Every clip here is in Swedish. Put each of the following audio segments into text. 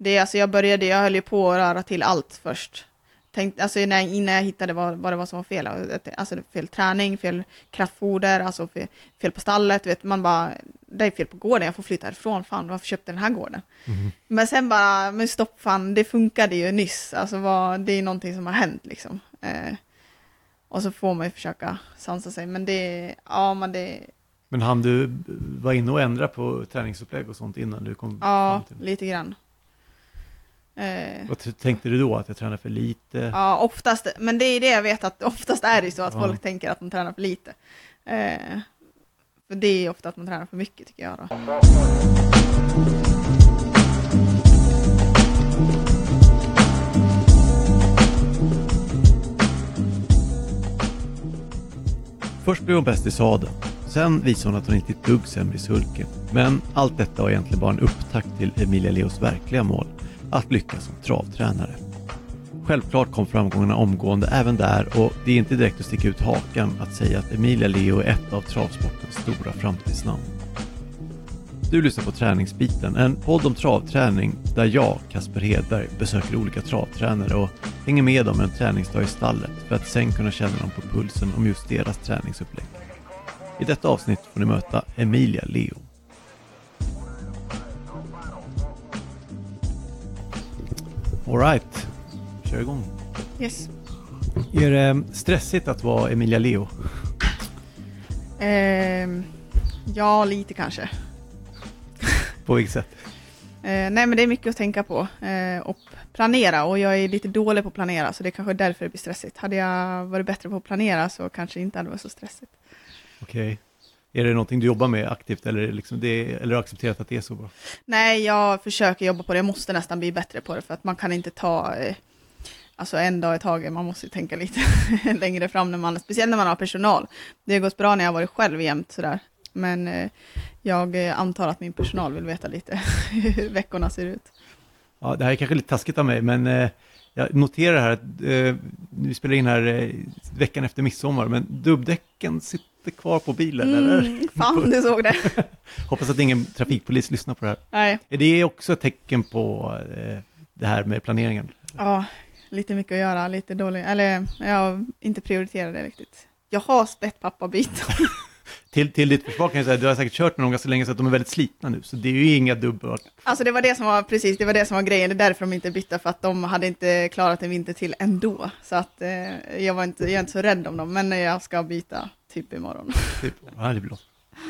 Alltså jag höll ju på att röra till allt först. Alltså innan jag hittade vad det var som var fel. Alltså fel träning, fel kraftfoder, alltså fel på stallet. Vet, man bara, det är fel på gården, jag får flytta härifrån. Fan, varför köpte den här gården? Mm. Men sen bara, men stopp fan, det funkade ju nyss. Alltså det är någonting som har hänt liksom. Och så får man ju försöka sansa sig. Men Men hann du vara inne och ändra på träningsupplägg och sånt innan du kom? Ja, lite grann. Vad tänkte du då? Att jag tränar för lite? Ja, oftast. Men det är det jag vet, att oftast är det så att folk tänker att de tränar för lite. För det är ofta att man tränar för mycket, tycker jag då. Först blev hon bäst i sadeln. Sen visade hon att hon inte är ett dugg sämre i sulken. Men allt detta var egentligen bara en upptakt till Emilia Leos verkliga mål. Att lyckas som travtränare. Självklart kom framgångarna omgående även där, och det är inte direkt att sticka ut hakan att säga att Emilia Leo är ett av travsportens stora framtidsnamn. Du lyssnar på Träningsbiten, en podd om travträning där jag, Kasper Hedberg, besöker olika travtränare och hänger med dem en träningsdag i stallet för att sen kunna känna dem på pulsen om just deras träningsupplägg. I detta avsnitt får ni möta Emilia Leo. All right, kör igång. Yes. Är det stressigt att vara Emilia Leo? Ja, lite kanske. På vilket sätt? Nej, men det är mycket att tänka på och planera, och jag är lite dålig på att planera, så det är kanske därför det blir stressigt. Hade jag varit bättre på att planera så kanske det inte hade varit så stressigt. Okej. Är det någonting du jobbar med aktivt, eller liksom eller har accepterat att det är så bra? Nej, jag försöker jobba på det. Jag måste nästan bli bättre på det, för att man kan inte ta alltså en dag i taget. Man måste tänka lite längre fram, speciellt när man har personal. Det har gått bra när jag har varit själv jämt sådär. Men jag antar att min personal vill veta lite hur veckorna ser ut. Ja, det här är kanske lite taskigt av mig, men jag noterar här att vi spelar in här veckan efter midsommar, men dubbdäcken sitter kvar på bilen, eller? Fan, du såg det. Hoppas att ingen trafikpolis lyssnar på det här. Nej. Är det också ett tecken på det här med planeringen? Ja, lite mycket att göra, lite dåligt. Eller jag inte prioriterar det riktigt. Jag har spett pappabit. Till ditt försvar kan jag säga att du har säkert kört med någon ganska länge så att de är väldigt slitna nu. Så det är ju inga dubbel. Alltså det var det som var grejen. Det är därför de inte bytte, för att de hade inte klarat en vinter till ändå. Så att jag är inte så rädd om dem, men jag ska byta typ imorgon. Typ, ja, det blir bra.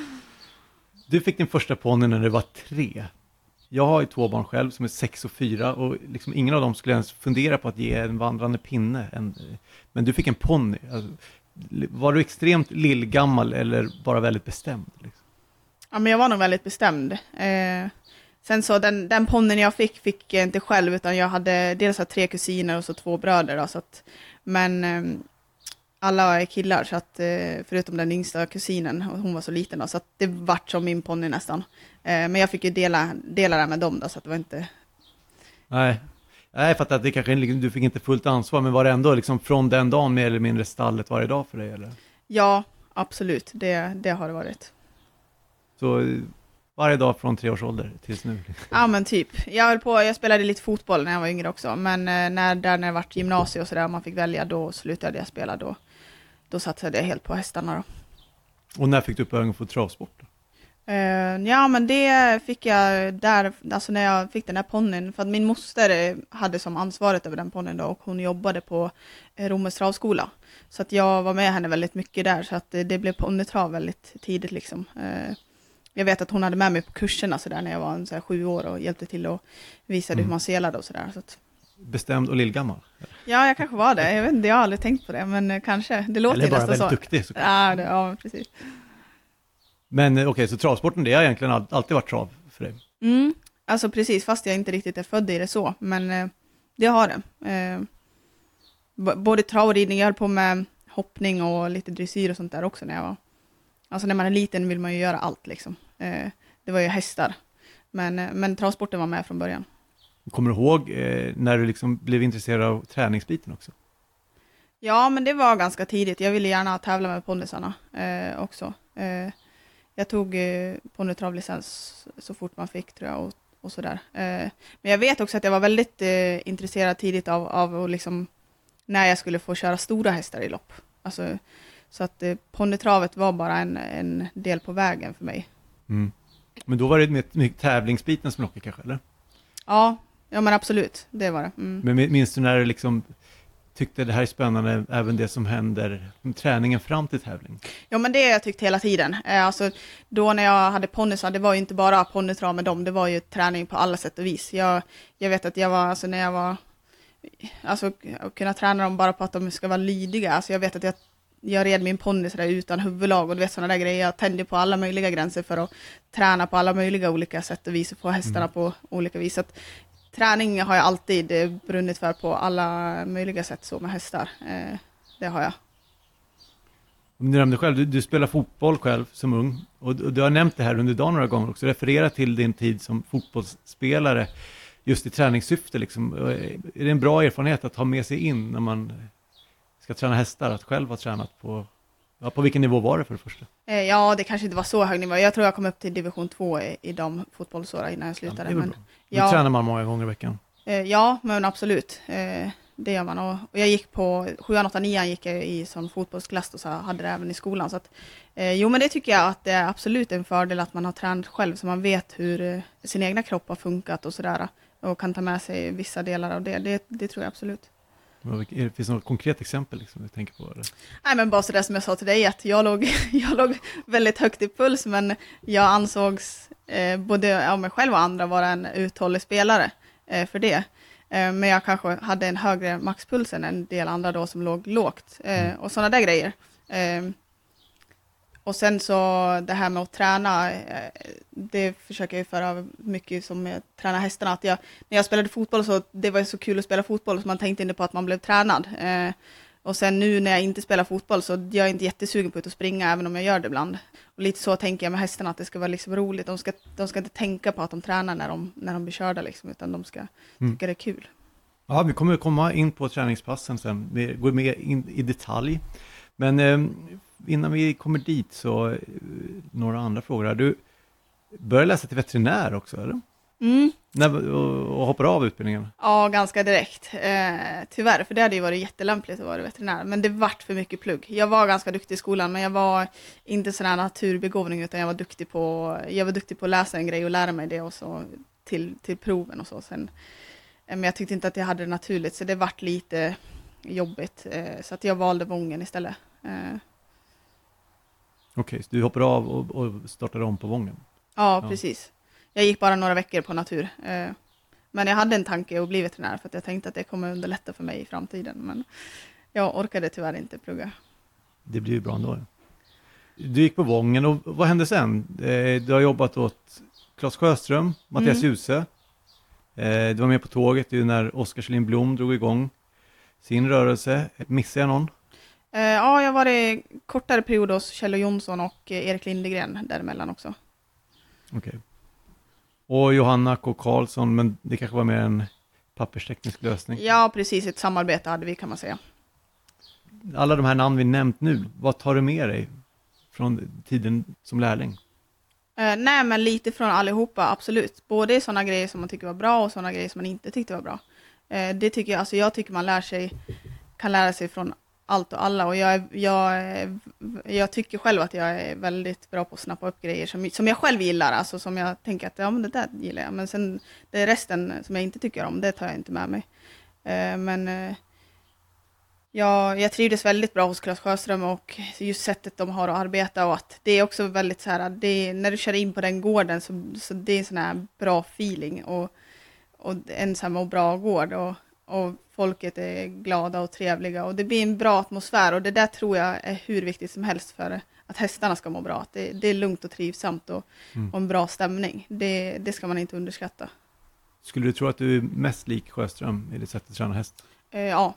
Du fick din första ponny när du var 3. Jag har ju 2 barn själv som är 6 och 4, och liksom ingen av dem skulle ens fundera på att ge en vandrande pinne. Men du fick en ponny. Alltså, var du extremt lillgammal eller bara väldigt bestämd? Liksom? Ja, men jag var nog väldigt bestämd. Sen så den ponnen jag fick jag inte själv, utan jag hade dels 3 kusiner och så 2 bröder. Då, så att, men alla är killar, så att, förutom den yngsta kusinen, och hon var så liten då, så att det vart som min ponny nästan. Men jag fick ju dela det med dem då, så att det var inte... Nej, jag fattar att det kanske du fick inte fullt ansvar, men var det ändå liksom från den dagen mer eller mindre stallet varje dag för dig, eller? Ja, absolut. Det har det varit. Så varje dag från 3 års ålder tills nu? Ja, men typ. Jag spelade lite fotboll när jag var yngre också, men när det var gymnasium och sådär, man fick välja, då slutade jag spela. Då satsade jag helt på hästarna då. Och när fick du upp ögonen för travsport då? Ja, men det fick jag där, alltså när jag fick den här ponnyn, för att min moster hade som ansvaret över den ponnyn då, och hon jobbade på Rommels travskola. Så att jag var med henne väldigt mycket där, så att det blev ponnytrav väldigt tidigt liksom. Jag vet att hon hade med mig på kurserna så där när jag var så här 7 år och hjälpte till och visade hur man selade och sådär. Så att... Bestämd och lillgammal? Ja, jag kanske var det. Jag vet inte, jag har aldrig tänkt på det, men kanske. Det låter eller bara nästan så. Väldigt duktig såklart. Ja, precis. Men okej, så travsporten, det har egentligen alltid varit trav för dig? Alltså precis, fast jag inte riktigt är född i det så. Men det har det. Både trav och ridning, jag höll på med hoppning och lite dressyr och sånt där också när jag var... Alltså när man är liten vill man ju göra allt liksom. Det var ju hästar. Men travsporten var med från början. Kommer du ihåg när du liksom blev intresserad av träningsbiten också? Ja, men det var ganska tidigt. Jag ville gärna tävla med ponnysarna också. Jag tog ponnytravlicens så fort man fick, tror jag. och sådär. Men jag vet också att jag var väldigt intresserad tidigt av liksom, när jag skulle få köra stora hästar i lopp. Alltså, så att ponnytravet var bara en del på vägen för mig. Mm. Men då var det mycket tävlingsbiten som lockade kanske, eller? Ja, men absolut, det var det. Mm. Men minns du när du liksom tyckte det här är spännande, även det som händer, träningen fram till tävling? Ja, men det har jag tyckt hela tiden. Alltså, då när jag hade ponnysar, det var ju inte bara ponnytrav med dem, det var ju träning på alla sätt och vis. Jag vet att jag var, alltså när jag var, alltså kunna träna dem bara på att de ska vara lydiga. Alltså jag vet att jag red min ponny sådär utan huvudlag och du vet sådana där grejer. Jag tände på alla möjliga gränser för att träna på alla möjliga olika sätt och vis och få hästarna på olika vis. Så att träning har jag alltid brunnit för på alla möjliga sätt så med hästar. Det har jag. Du nämnde själv, du spelar fotboll själv som ung och du har nämnt det här under dagen några gånger också. Referera till din tid som fotbollsspelare just i träningssyfte. Liksom. Är det en bra erfarenhet att ha med sig in när man ska träna hästar, att själv ha tränat på vilken nivå var det för det första? Ja, det kanske inte var så hög nivå. Jag tror jag kom upp till division 2 i de fotbollsåra innan jag slutade. Ja, men nu tränar man många gånger i veckan. Ja, men absolut. Det gör man. Och jag gick på 7, 8, 9 gick jag i sån fotbollsklass och så hade det även i skolan. Så att, jo, men det tycker jag att det är absolut en fördel att man har tränat själv så man vet hur sin egna kropp har funkat och sådär. Och kan ta med sig vissa delar av det. Det tror jag absolut. Finns det något konkret exempel liksom, du tänker på? Eller? Nej, men bara så där som jag sa till dig, att jag låg väldigt högt i puls, men jag ansågs både av mig själv och andra vara en uthållig spelare för det. Men jag kanske hade en högre maxpuls än en del andra då som låg lågt. Och sådana där grejer. Och sen så det här med att träna, det försöker jag föra mycket som jag tränar hästarna. Att när jag spelade fotboll så det var så kul att spela fotboll så man tänkte inte på att man blev tränad. Och sen nu när jag inte spelar fotboll så jag är inte jättesugen på att springa även om jag gör det ibland. Och lite så tänker jag med hästarna att det ska vara liksom roligt. De ska inte tänka på att de tränar när de blir körda liksom, utan de ska tycka det är kul. Ja, vi kommer komma in på träningspassen sen. Vi går med in i detalj. Men innan vi kommer dit så några andra frågor. Du började läsa till veterinär också, eller? Och hoppar av utbildningen? Ja, ganska direkt. Tyvärr, för det hade ju varit jättelämpligt att vara veterinär. Men det vart för mycket plugg. Jag var ganska duktig i skolan, men jag var inte sån här naturbegåvning, utan jag var duktig på att läsa en grej och lära mig det och så till proven och så. Sen, men jag tyckte inte att jag hade det naturligt, så det vart lite jobbigt. Så att jag valde Vången istället. Okej, så du hoppade av och startade om på Vången? Ja, precis. Jag gick bara några veckor på natur. Men jag hade en tanke att bli veterinär för att jag tänkte att det kommer underlätta för mig i framtiden. Men jag orkade tyvärr inte plugga. Det blir ju bra ändå. Du gick på Vången och vad hände sen? Du har jobbat åt Claes Sjöström, Mattias Djuse. Du var med på tåget när Oskar Kjellin Blom drog igång sin rörelse. Missade jag någon? Ja, jag var i kortare period hos Kjell Jonsson och Erik Lindegren däremellan också. Okej. Och Johanna K. Karlsson, men det kanske var mer en pappersteknisk lösning? Ja, precis. Ett samarbete hade vi, kan man säga. Alla de här namn vi nämnt nu, vad tar du med dig från tiden som lärling? Nej, men lite från allihopa, absolut. Både sådana grejer som man tycker var bra och sådana grejer som man inte tyckte var bra. Det tycker jag, alltså jag tycker man kan lära sig från allt och alla, och jag tycker själv att jag är väldigt bra på att snappa upp grejer som jag själv gillar, alltså som jag tänker att ja, men det där gillar jag, men sen det resten som jag inte tycker om, det tar jag inte med mig. Men jag trivdes väldigt bra hos Claes Sjöström och just sättet de har att arbeta, och att det är också väldigt så här, när du kör in på den gården så det är en sån här bra feeling och en sån här bra gård, och folket är glada och trevliga och det blir en bra atmosfär, och det där tror jag är hur viktigt som helst för att hästarna ska må bra. Att det är lugnt och trivsamt och en bra stämning. Det ska man inte underskatta. Skulle du tro att du är mest lik Sjöström i ditt sätt att träna häst? Ja.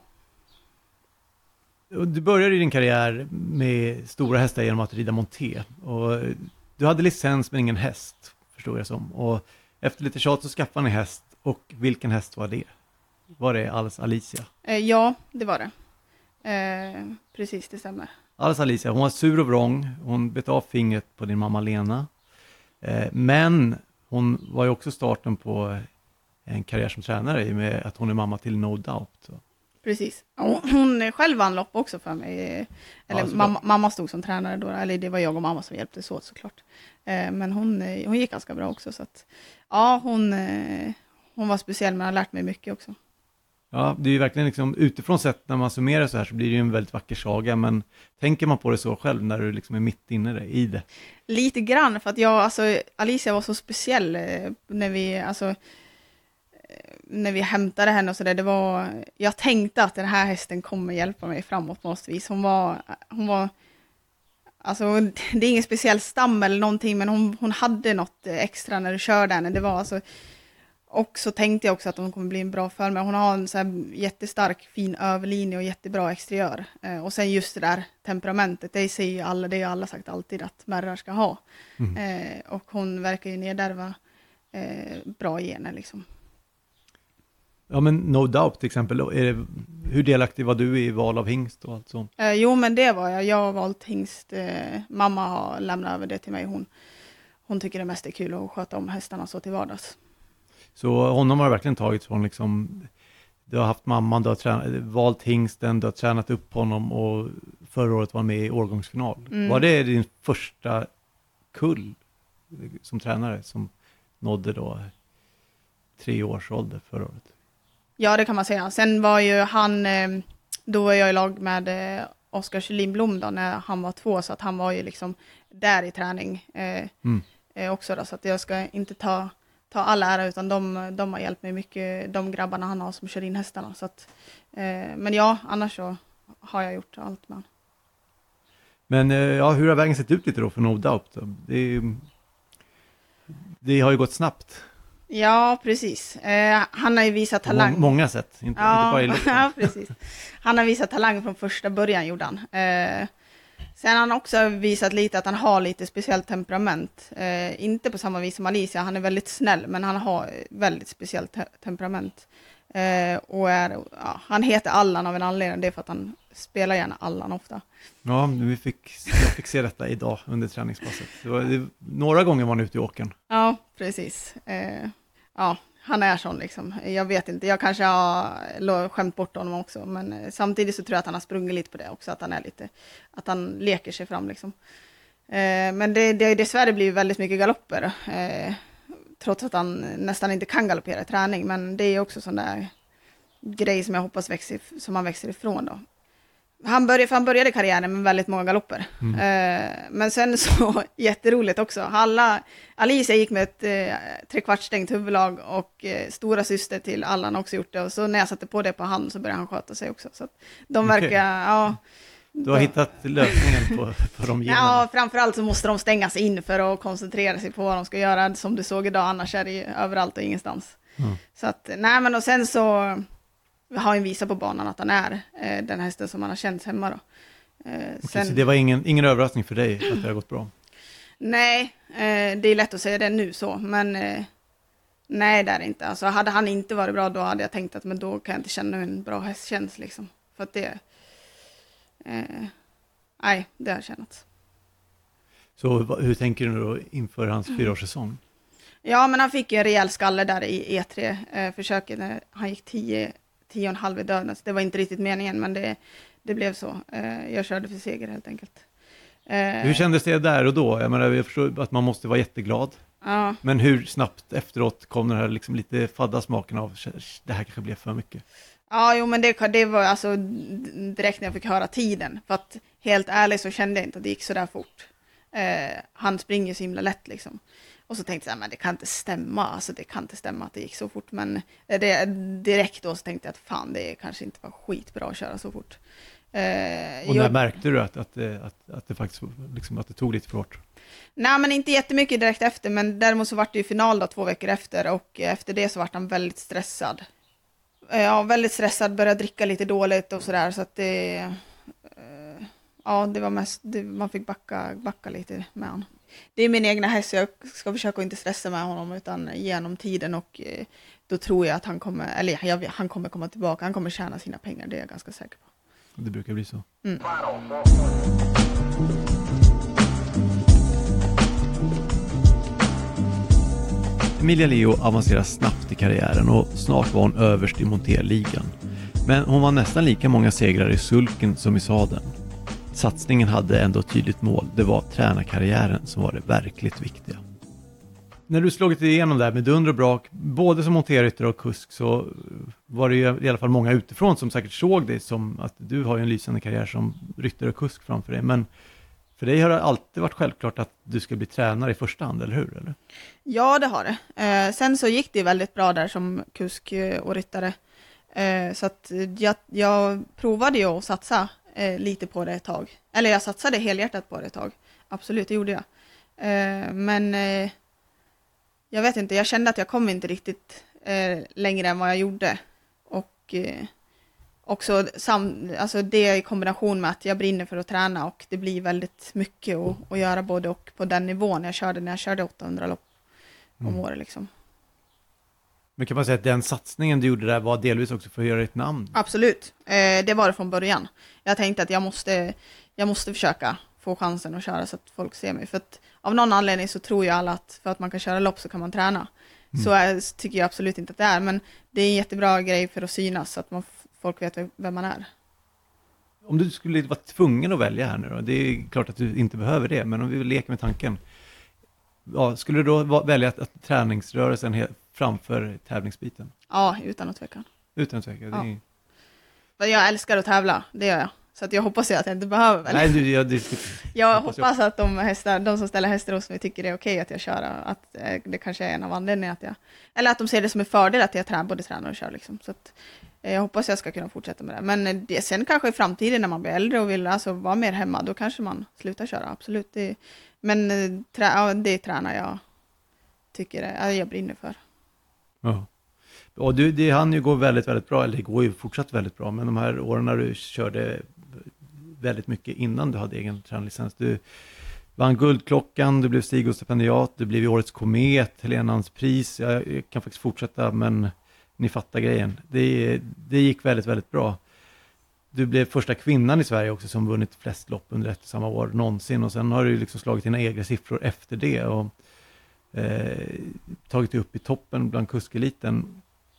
Du började din karriär med stora hästar genom att rida monté. Och du hade licens men ingen häst, förstår jag som. Och efter lite tjat så skaffade ni häst. Och vilken häst var det? Var det Alice Alicia? Ja, det var det. Precis, det stämmer. Alice Alicia, hon var sur och vrång. Hon bet av fingret på din mamma Lena. Men hon var ju också starten på en karriär som tränare i och med att hon är mamma till No Doubt. Så. Precis. Hon själv vann lopp också för mig. Eller mamma stod som tränare då. Eller det var jag och mamma som hjälptes åt såklart. Men hon gick ganska bra också. Så att, ja, hon var speciell men har lärt mig mycket också. Ja, det är ju verkligen liksom, utifrån sett när man summerar så här så blir det ju en väldigt vacker saga. Men tänker man på det så själv när du liksom är mitt inne i det? Lite grann, för att Alicia var så speciell när vi hämtade henne och så där. Jag tänkte att den här hästen kommer hjälpa mig framåt på något vis. Hon var alltså, det är ingen speciell stam eller någonting, men hon hade något extra när du körde henne. Det var alltså, och så tänkte jag också att hon kommer bli en bra förare. Hon har en så här jättestark, fin överlinje och jättebra exteriör. Och sen just det där temperamentet, det säger ju alla, det har alla sagt alltid att märrar ska ha. Och hon verkar ju nedärva bra gener liksom. Ja, men No Doubt till exempel, hur delaktig var du i val av hingst och allt sånt? Jo, men det var jag. Jag har valt hingst. Mamma har lämnat över det till mig. Hon tycker det mest är kul att sköta om hästarna så till vardags. Så honom har verkligen tagit från liksom, du har haft mamman, du har valt hingsten, du har tränat upp honom och förra året var med i årgångsfinal. Var det din första kull som tränare som nådde då 3 års ålder förra året? Ja, det kan man säga. Sen var ju han, då var jag i lag med Oskar Kjellin-Blom då, när han var 2, så att han var ju liksom där i träning också då, så att jag ska inte ta all ära, utan de har hjälpt mig mycket, de grabbarna han har som kör in hästarna. Så att, men ja, annars så har jag gjort allt med. Men ja, hur har vägen sett ut lite då för No Doubt? Det har ju gått snabbt. Ja, precis. Han har ju visat talang. Många sätt, inte bara i loppen. Ja, precis. Han har visat talang från första början, gjorde han. Sen har han också visat lite att han har lite speciellt temperament. Inte på samma vis som Alicia, han är väldigt snäll, men han har väldigt speciellt temperament. Och han heter Allan av en anledning, det är för att han spelar gärna Allan ofta. Ja, jag fick se detta idag under träningspasset. Några gånger var han ute i åkern. Ja, precis. Ja, han är sån liksom. Jag vet inte, jag kanske har skämt bort honom också, men samtidigt så tror jag att han har sprungit lite på det också, att han leker sig fram liksom. Men det dessvärre blir väldigt mycket galopper, trots att han nästan inte kan galoppera i träning, men det är också sån där grej som jag hoppas som han växer ifrån då. Han började karriären med väldigt många galopper. Men sen så, jätteroligt också. Alicia gick med ett 3/4 stängt huvudlag och stora syster till Allan också gjort det. Och så när jag satte på det på hand så började han sköta sig också. Så att de verkar, Du har hittat lösningen på de generna. Ja, framförallt så måste de stängas in för att koncentrera sig på vad de ska göra. Som du såg idag, annars är det ju överallt och ingenstans. Så att, och sen så har han visat på banan att han är den hästen som han har känt hemma då. Så det var ingen överraskning för dig att det har gått bra? Nej, det är lätt att säga det nu så, men nej, det är det inte. Alltså, hade han inte varit bra, då hade jag tänkt att men då kan jag inte känna hur en bra häst känns liksom. För att det nej, det har kännats. Så hur tänker du då inför hans 4-årssäsong? Ja, men han fick ju en rejäl skalle där i E3-försöket när han gick 10,5 i döden. Det var inte riktigt meningen, men det blev så. Jag körde för seger helt enkelt. Hur kändes det där och då? Jag förstår att man måste vara jätteglad. Ja. Men hur snabbt efteråt kom den här liksom lite fadda smaken av det här kanske blev för mycket? Ja, jo, men det var alltså direkt när jag fick höra tiden. För att helt ärligt så kände jag inte att det gick så där fort. Han springer så himla lätt liksom. Och så tänkte jag, men det kan inte stämma. Alltså det kan inte stämma att det gick så fort. Men direkt då så tänkte jag att fan, det kanske inte var skitbra att köra så fort. Och när märkte du att det faktiskt liksom, att det tog lite för hårt? Nej, men inte jättemycket direkt efter. Men däremot så var det ju final då 2 veckor efter. Och efter det så var han väldigt stressad. Ja, väldigt stressad. Började dricka lite dåligt och sådär. Så att det... Ja, det var mest... man fick backa lite med honom. Det är min egna häst, så jag ska försöka inte stressa med honom utan ge honom tiden, och då tror jag att han kommer komma tillbaka. Han kommer tjäna sina pengar, det är jag ganska säker på. Det brukar bli så. Emilia Leo avancerade snabbt i karriären och snart var hon överst i monterligan. Men hon var nästan lika många segrar i sulken som i sadeln. Satsningen hade ändå ett tydligt mål. Det var tränarkarriären som var det verkligt viktiga. När du slagit igenom där med dunder och brak, både som monterryttare och kusk, så var det ju i alla fall många utifrån som säkert såg dig som att du har ju en lysande karriär som ryttare och kusk framför dig. Men för dig har det alltid varit självklart att du ska bli tränare i första hand, eller hur? Eller? Ja, det har det. Sen så gick det väldigt bra där som kusk och ryttare. Så att jag provade ju att satsa lite på det ett tag. Eller jag satsade helhjärtat på det ett tag. Absolut, det gjorde jag. Men jag vet inte, jag kände att jag kom inte riktigt längre än vad jag gjorde. Och också alltså det i kombination med att jag brinner för att träna och det blir väldigt mycket att göra både och på den nivån när jag körde 800 lopp om året liksom. Men kan man säga att den satsningen du gjorde där var delvis också för att göra ett namn? Absolut, det var det från början. Jag tänkte att jag måste försöka få chansen att köra så att folk ser mig. För att av någon anledning så tror ju alla att för att man kan köra lopp så kan man träna. Så tycker jag absolut inte att det är. Men det är en jättebra grej för att synas så att folk vet vem man är. Om du skulle vara tvungen att välja här nu då, det är klart att du inte behöver det, men om vi leker med tanken. Ja, skulle du då välja att träningsrörelsen framför tävlingsbiten? Ja, utan att tveka. Utan att tveka, det är... Jag älskar att tävla, det gör jag. Så att jag hoppas att jag inte behöver. Nej, jag hoppas att de som ställer hästar hos mig tycker det är okej att jag kör. Att det kanske är en av anledningarna att jag... Eller att de ser det som en fördel att jag både tränar och kör. Liksom. Så att jag hoppas jag ska kunna fortsätta med det. Men sen kanske i framtiden när man blir äldre och vill vara mer hemma, då kanske man slutar köra, absolut. Men det tränar jag tycker jag brinner för. Ja. Och det hann ju gå väldigt, väldigt bra, eller det går ju fortsatt väldigt bra, men de här åren när du körde väldigt mycket innan du hade egen tränarlicens, du vann Guldklockan, du blev Stig-stipendiat, du blev i Årets Komet, Helenans pris, jag kan faktiskt fortsätta, men ni fattar grejen. Det gick väldigt, väldigt bra. Du blev första kvinnan i Sverige också som vunnit flest lopp under ett och samma år någonsin, och sen har du liksom slagit dina egna siffror efter det och tagit dig upp i toppen bland kuskeliten.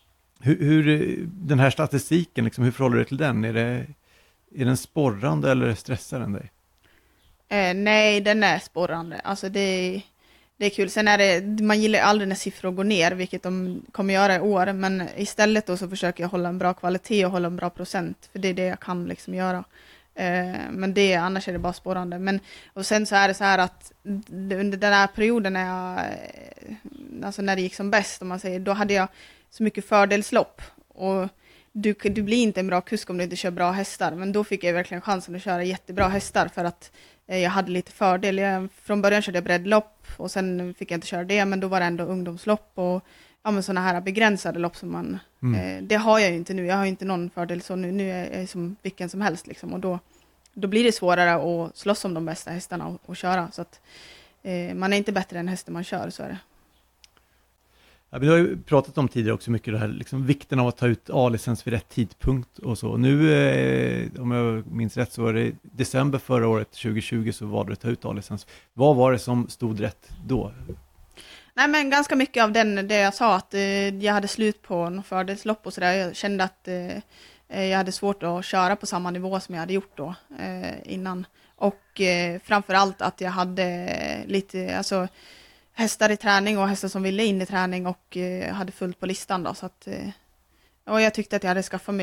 Hur den här statistiken, liksom, hur förhåller du dig till den? Är den sporrande eller stressar den dig? Nej, den är sporrande. Alltså det är kul. Sen man gillar aldrig när siffror går ner, vilket de kommer göra i år. Men istället då så försöker jag hålla en bra kvalitet och hålla en bra procent. För det är det jag kan liksom göra. Men annars är det bara sporrande. Och sen så är det så här att under den här perioden när det gick som bäst, om man säger, då hade jag så mycket fördelslopp. Och du blir inte en bra kusk om du inte kör bra hästar. Men då fick jag verkligen chansen att köra jättebra hästar för att jag hade lite fördel. Från början körde jag breddlopp och sen fick jag inte köra det. Men då var det ändå ungdomslopp och sådana här begränsade lopp som man... det har jag ju inte nu. Jag har ju inte någon fördel, så nu är jag som vilken som helst. Liksom. Och då blir det svårare att slåss om de bästa hästarna och köra. Så att man är inte bättre än hästen man kör, så är det. Ja, vi har ju pratat om tidigare också mycket det här, liksom vikten av att ta ut A-licens vid rätt tidpunkt och så. Nu, om jag minns rätt, så var det december förra året, 2020, så var det att ta ut A-licens. Vad var det som stod rätt då? Nej, men ganska mycket av det jag sa, att jag hade slut på en fördelslopp och sådär. Jag kände att jag hade svårt att köra på samma nivå som jag hade gjort då innan. Och framförallt att jag hade lite, hästar i träning och hästar som ville in i träning och hade fullt på listan då. Så att, och jag tyckte att jag hade skaffat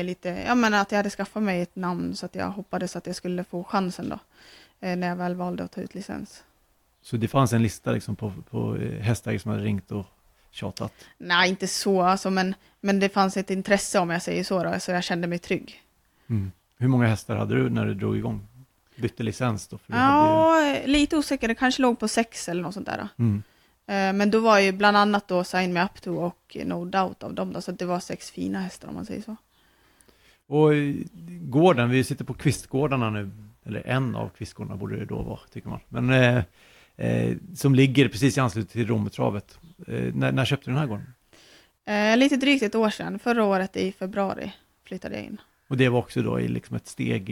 mig ett namn, så att jag hoppades att jag skulle få chansen då när jag väl valde att ta ut licens. Så det fanns en lista liksom på hästar som hade ringt och tjatat? Nej, inte så, men det fanns ett intresse, om jag säger så då, så jag kände mig trygg. Mm. Hur många hästar hade du när du drog igång? Bytte licens då? Lite osäker, det kanske låg på 6 eller något sånt där. Mm. Men då var ju bland annat då Sign Me Up To och No Doubt av dem då, så det var 6 fina hästar, om man säger så. Och gården, vi sitter på kvistgårdarna nu, eller en av kvistgårdarna borde det då vara, tycker man. Men som ligger precis i anslutning till Rommetravet. När köpte du den här gården? Lite drygt ett år sedan, förra året i februari flyttade jag in. Och det var också då i liksom ett steg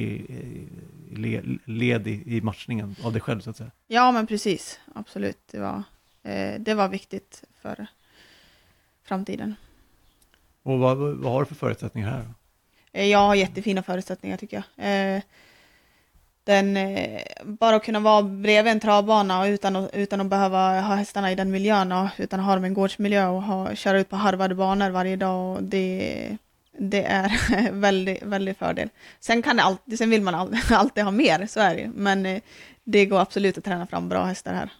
led i matchningen av dig själv, så att säga? Ja, men precis, absolut. Det var viktigt framtiden. Och vad har du för förutsättningar här? Jag har jättefina förutsättningar tycker jag. Bara att kunna vara bredvid en travbana och utan att behöva ha hästarna i den miljön och utan att ha dem i en gårdsmiljö och köra ut på harvade banor varje dag. Och det är väldigt, väldigt fördel. Sen vill man alltid ha mer, så är det ju. Men det går absolut att träna fram bra hästar här.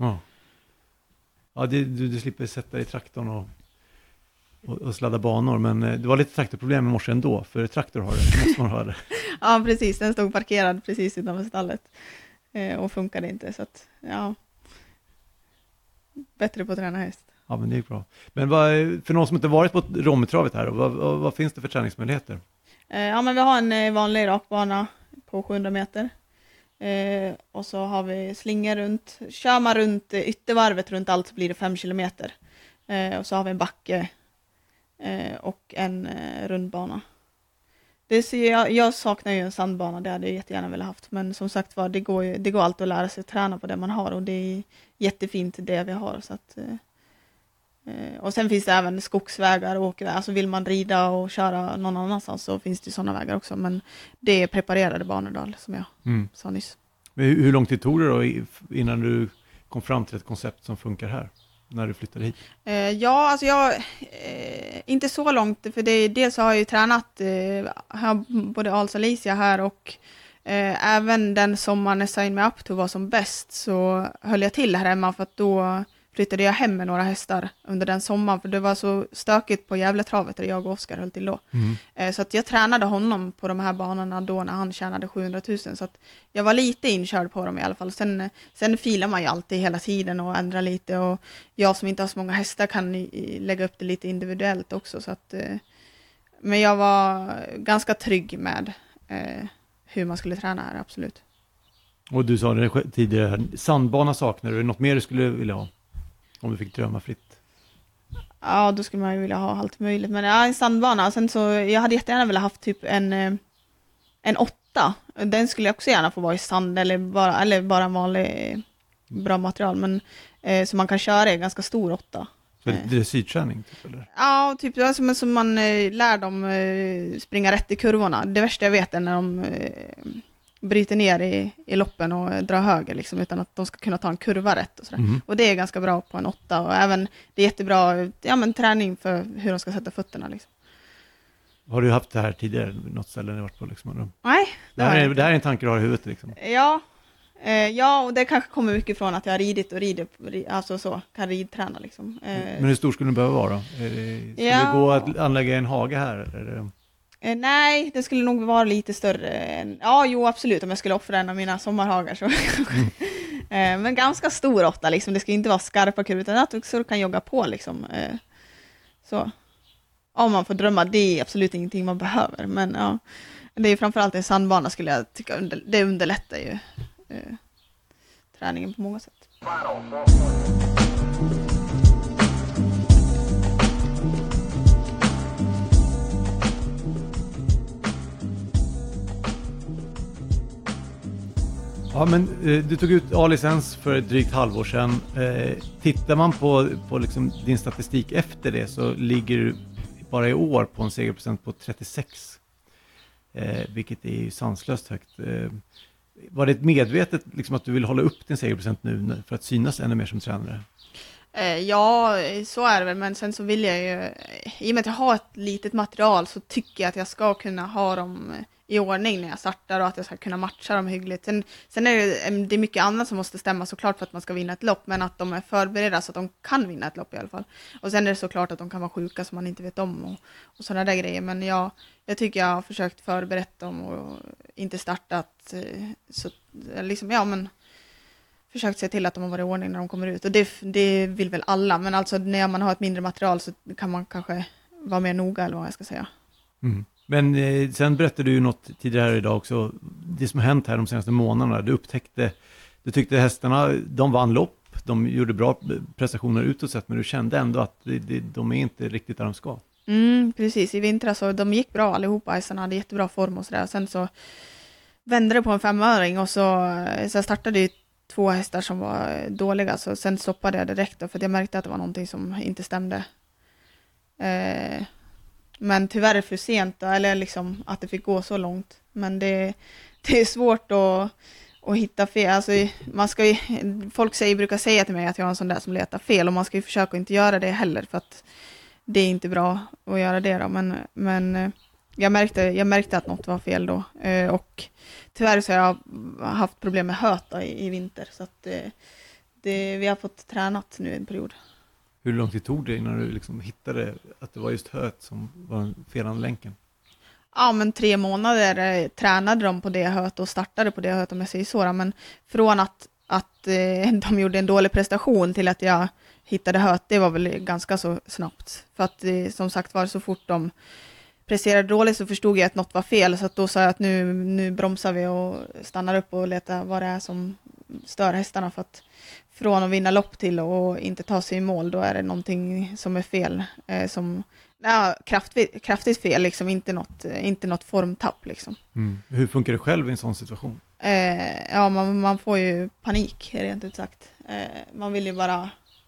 Ja, du slipper sätta dig i traktorn och sladda banor, men det var lite traktorproblem i morse ändå, för traktor har det, måste man ha det. Ja, precis. Den stod parkerad precis utanför stallet och funkade inte, så att, ja, bättre på att träna häst. Ja, men det är bra. Men för någon som inte varit på Rommetravet här, vad finns det för träningsmöjligheter? Ja, men vi har en vanlig rakbana på 700 meter. Och så har vi slingor runt. Kör man runt yttervarvet runt allt så blir det 5 kilometer. Och så har vi en backe och en rundbana. Jag saknar ju en sandbana, det hade jag jättegärna velat haft. Men som sagt var, det går alltid att lära sig att träna på det man har. Och det är jättefint det vi har. Så att, och sen finns det även skogsvägar och åkervägar. Alltså vill man rida och köra någon annanstans så finns det sådana vägar också. Men det är preparerade banor då, som jag sa nyss. Men hur lång tid tog det då innan du kom fram till ett koncept som funkar här? När du flyttade hit? Ja, alltså inte så långt. För dels har jag ju tränat både Als och Alicia här och även den sommaren när Sign Me Up var som bäst så höll jag till här hemma för att då flyttade jag hem med några hästar under den sommaren för det var så stökigt på Gävletravet där jag och Oskar höll till då. Så att jag tränade honom på de här banorna då när han tjänade 700 000 så att jag var lite inkörd på dem i alla fall. Sen filar man ju alltid hela tiden och ändrar lite och jag som inte har så många hästar kan lägga upp det lite individuellt också så att men jag var ganska trygg med hur man skulle träna här, absolut. Och du sa det tidigare, sandbana saknar du, något mer du skulle vilja ha? Om du fick drömma fritt. Ja, då skulle man ju vilja ha allt möjligt. Men ja, en sandbana. Sen så, jag hade jättegärna velat haft typ en 8. Den skulle jag också gärna få vara i sand eller bara en vanlig bra material. Men så man kan köra i en ganska stor 8. Dressyrträning typ eller? Ja, typ som man lär dem springa rätt i kurvorna. Det värsta jag vet är när de bryter ner i loppen och drar höger liksom, utan att de ska kunna ta en kurva rätt och sådär. Och det är ganska bra på en 8 och även det är jättebra träning för hur de ska sätta fötterna liksom. Har du haft det här tidigare något ställe ni varit på liksom? Nej. Det här är en tanke du har i huvudet liksom. Ja, och det kanske kommer mycket från att jag har ridit och alltså så, kan ridträna liksom. Men hur stor skulle den behöva vara? Skulle det gå att anlägga en hage här eller? Nej, det skulle nog vara lite större. Absolut, om jag skulle offra en av mina sommarhagar så. Men ganska stor 8 liksom. Det ska inte vara skarpa kurvor utan att du kan jogga på liksom. Så. Om man får drömma, det är absolut ingenting man behöver. Men ja, det är framförallt en sandbana skulle jag tycka. Det underlättar ju träningen på många sätt. Ja, men du tog ut A-licens för ett drygt halvår sedan. Tittar man på liksom din statistik efter det så ligger du bara i år på en segerprocent på 36. Vilket är sanslöst högt. Var det ett medvetet liksom, att du vill hålla upp din segerprocent nu för att synas ännu mer som tränare? Ja, så är det väl. Men sen så vill jag ju, i och med att jag har ett litet material så tycker jag att jag ska kunna ha dem i ordning när jag startar och att jag ska kunna matcha dem hyggligt. Sen är det mycket annat som måste stämma såklart för att man ska vinna ett lopp, men att de är förberedda så att de kan vinna ett lopp i alla fall. Och sen är det såklart att de kan vara sjuka som man inte vet om och sådana där grejer. Men jag tycker jag har försökt förberett dem och inte startat så liksom, men försökt se till att de har varit i ordning när de kommer ut. Och det vill väl alla, men alltså när man har ett mindre material så kan man kanske vara mer noga eller vad jag ska säga. Mm. Men sen berättade du ju något tidigare här idag också. Det som har hänt här de senaste månaderna. Du tyckte hästarna, de vann lopp. De gjorde bra prestationer utåt sett. Men du kände ändå att de är inte riktigt där de ska. Precis, i vintras så de gick bra allihopa. Hästarna hade jättebra form och sådär. Sen så vände det på en 5-öring. Och så startade ju 2 hästar som var dåliga. Så sen stoppade jag direkt då, för jag märkte att det var någonting som inte stämde. Men tyvärr för sent då, eller liksom att det fick gå så långt. Men det är svårt att hitta fel. Alltså, folk brukar säga till mig att jag är en sån där som letar fel, och man ska ju försöka inte göra det heller, för att det är inte bra att göra det då. Men jag märkte att något var fel då. Och tyvärr så har jag haft problem med höt i vinter, så att vi har fått tränat nu en period. Hur lång tid tog det innan du liksom hittade att det var just höt som var felande länken? Ja, men 3 månader tränade de på det höt och startade på det höt, om jag säger så. Men från att de gjorde en dålig prestation till att jag hittade höt, det var väl ganska så snabbt. För att som sagt var, så fort de presterade dåligt så förstod jag att något var fel. Så att då sa jag att nu bromsar vi och stannar upp och letar vad det är som stör hästarna. För att från att vinna lopp till och inte ta sig i mål, då är det någonting som är fel. Kraftigt fel, liksom, inte något formtapp. Liksom. Hur funkar det själv i en sån situation? Ja, man får ju panik, rent ut sagt. Man vill ju bara...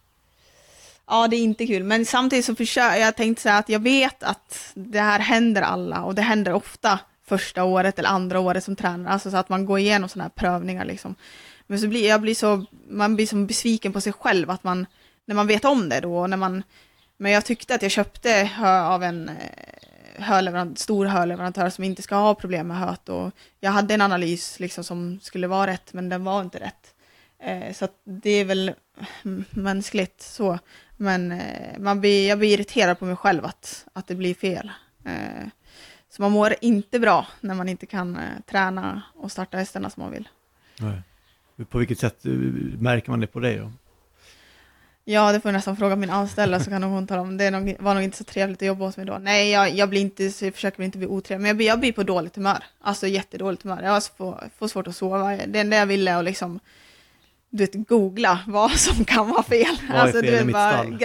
Ja, det är inte kul. Men samtidigt så försöker jag tänkte säga att jag vet att det här händer alla, och det händer ofta första året eller andra året som tränare. Alltså så att man går igenom sådana här prövningar liksom. Men så man blir så besviken på sig själv att när man vet om det då, men jag tyckte att jag köpte av en stor hörleverantör som inte ska ha problem med höt, och jag hade en analys liksom som skulle vara rätt, men den var inte rätt. Så att det är väl mänskligt så, men jag blir irriterad på mig själv att det blir fel. Så man mår inte bra när man inte kan träna och starta hästarna som man vill. Nej. På vilket sätt märker man det på dig då? Ja, det får jag nästan fråga min anställda, så kan hon tala om. Det var nog inte så trevligt att jobba hos mig då. Nej, jag försöker inte bli otrevlig, men jag blir på dåligt humör. Alltså jättedåligt humör. Jag får svårt att sova. Det enda jag ville är att liksom, googla vad som kan vara fel. Vad är fel i mitt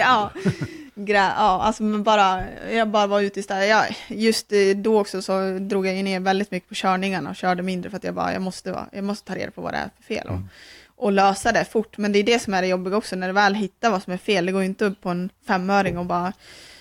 stall? Alltså jag bara var ute i stället. Just då också så drog jag ner väldigt mycket på körningarna och körde mindre, för att jag måste ta reda på vad det är för fel och lösa det fort. Men det är det som är det jobbiga också, när du väl hittar vad som är fel. Det går inte upp på en 5-öring och bara...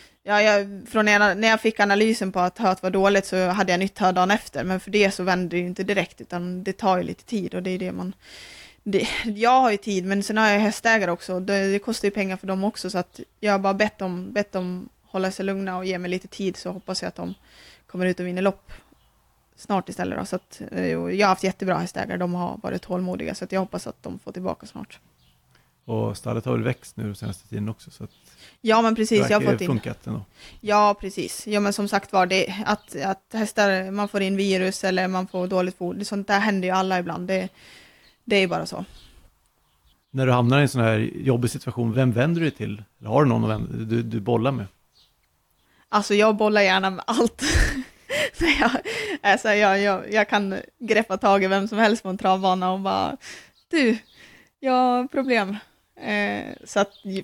när jag fick analysen på att höet var dåligt, så hade jag nytt hör dagen efter. Men för det så vänder det ju inte direkt, utan det tar ju lite tid, och det är det man... jag har ju tid, men sen har jag hästägare också. Det kostar ju pengar för dem också, så att jag har bara bett dem hålla sig lugna och ge mig lite tid, så hoppas jag att de kommer ut och vinner lopp snart istället då. Så att, jag har haft jättebra hästägare, de har varit tålmodiga, så att jag hoppas att de får tillbaka snart. Och stallet har väl växt nu senaste tiden också, så att ja, men precis, jag har fått in. Funkat ändå. Ja, precis. Ja, men som sagt var det att hästar, man får in virus eller man får dåligt foder, sånt där händer ju alla ibland. Det är bara så. När du hamnar i en sån här jobbig situation, vem vänder du dig till? Eller har du någon du bollar med? Alltså jag bollar gärna med allt. Jag kan greppa tag i vem som helst på en travbana och bara, jag har problem. Så att ju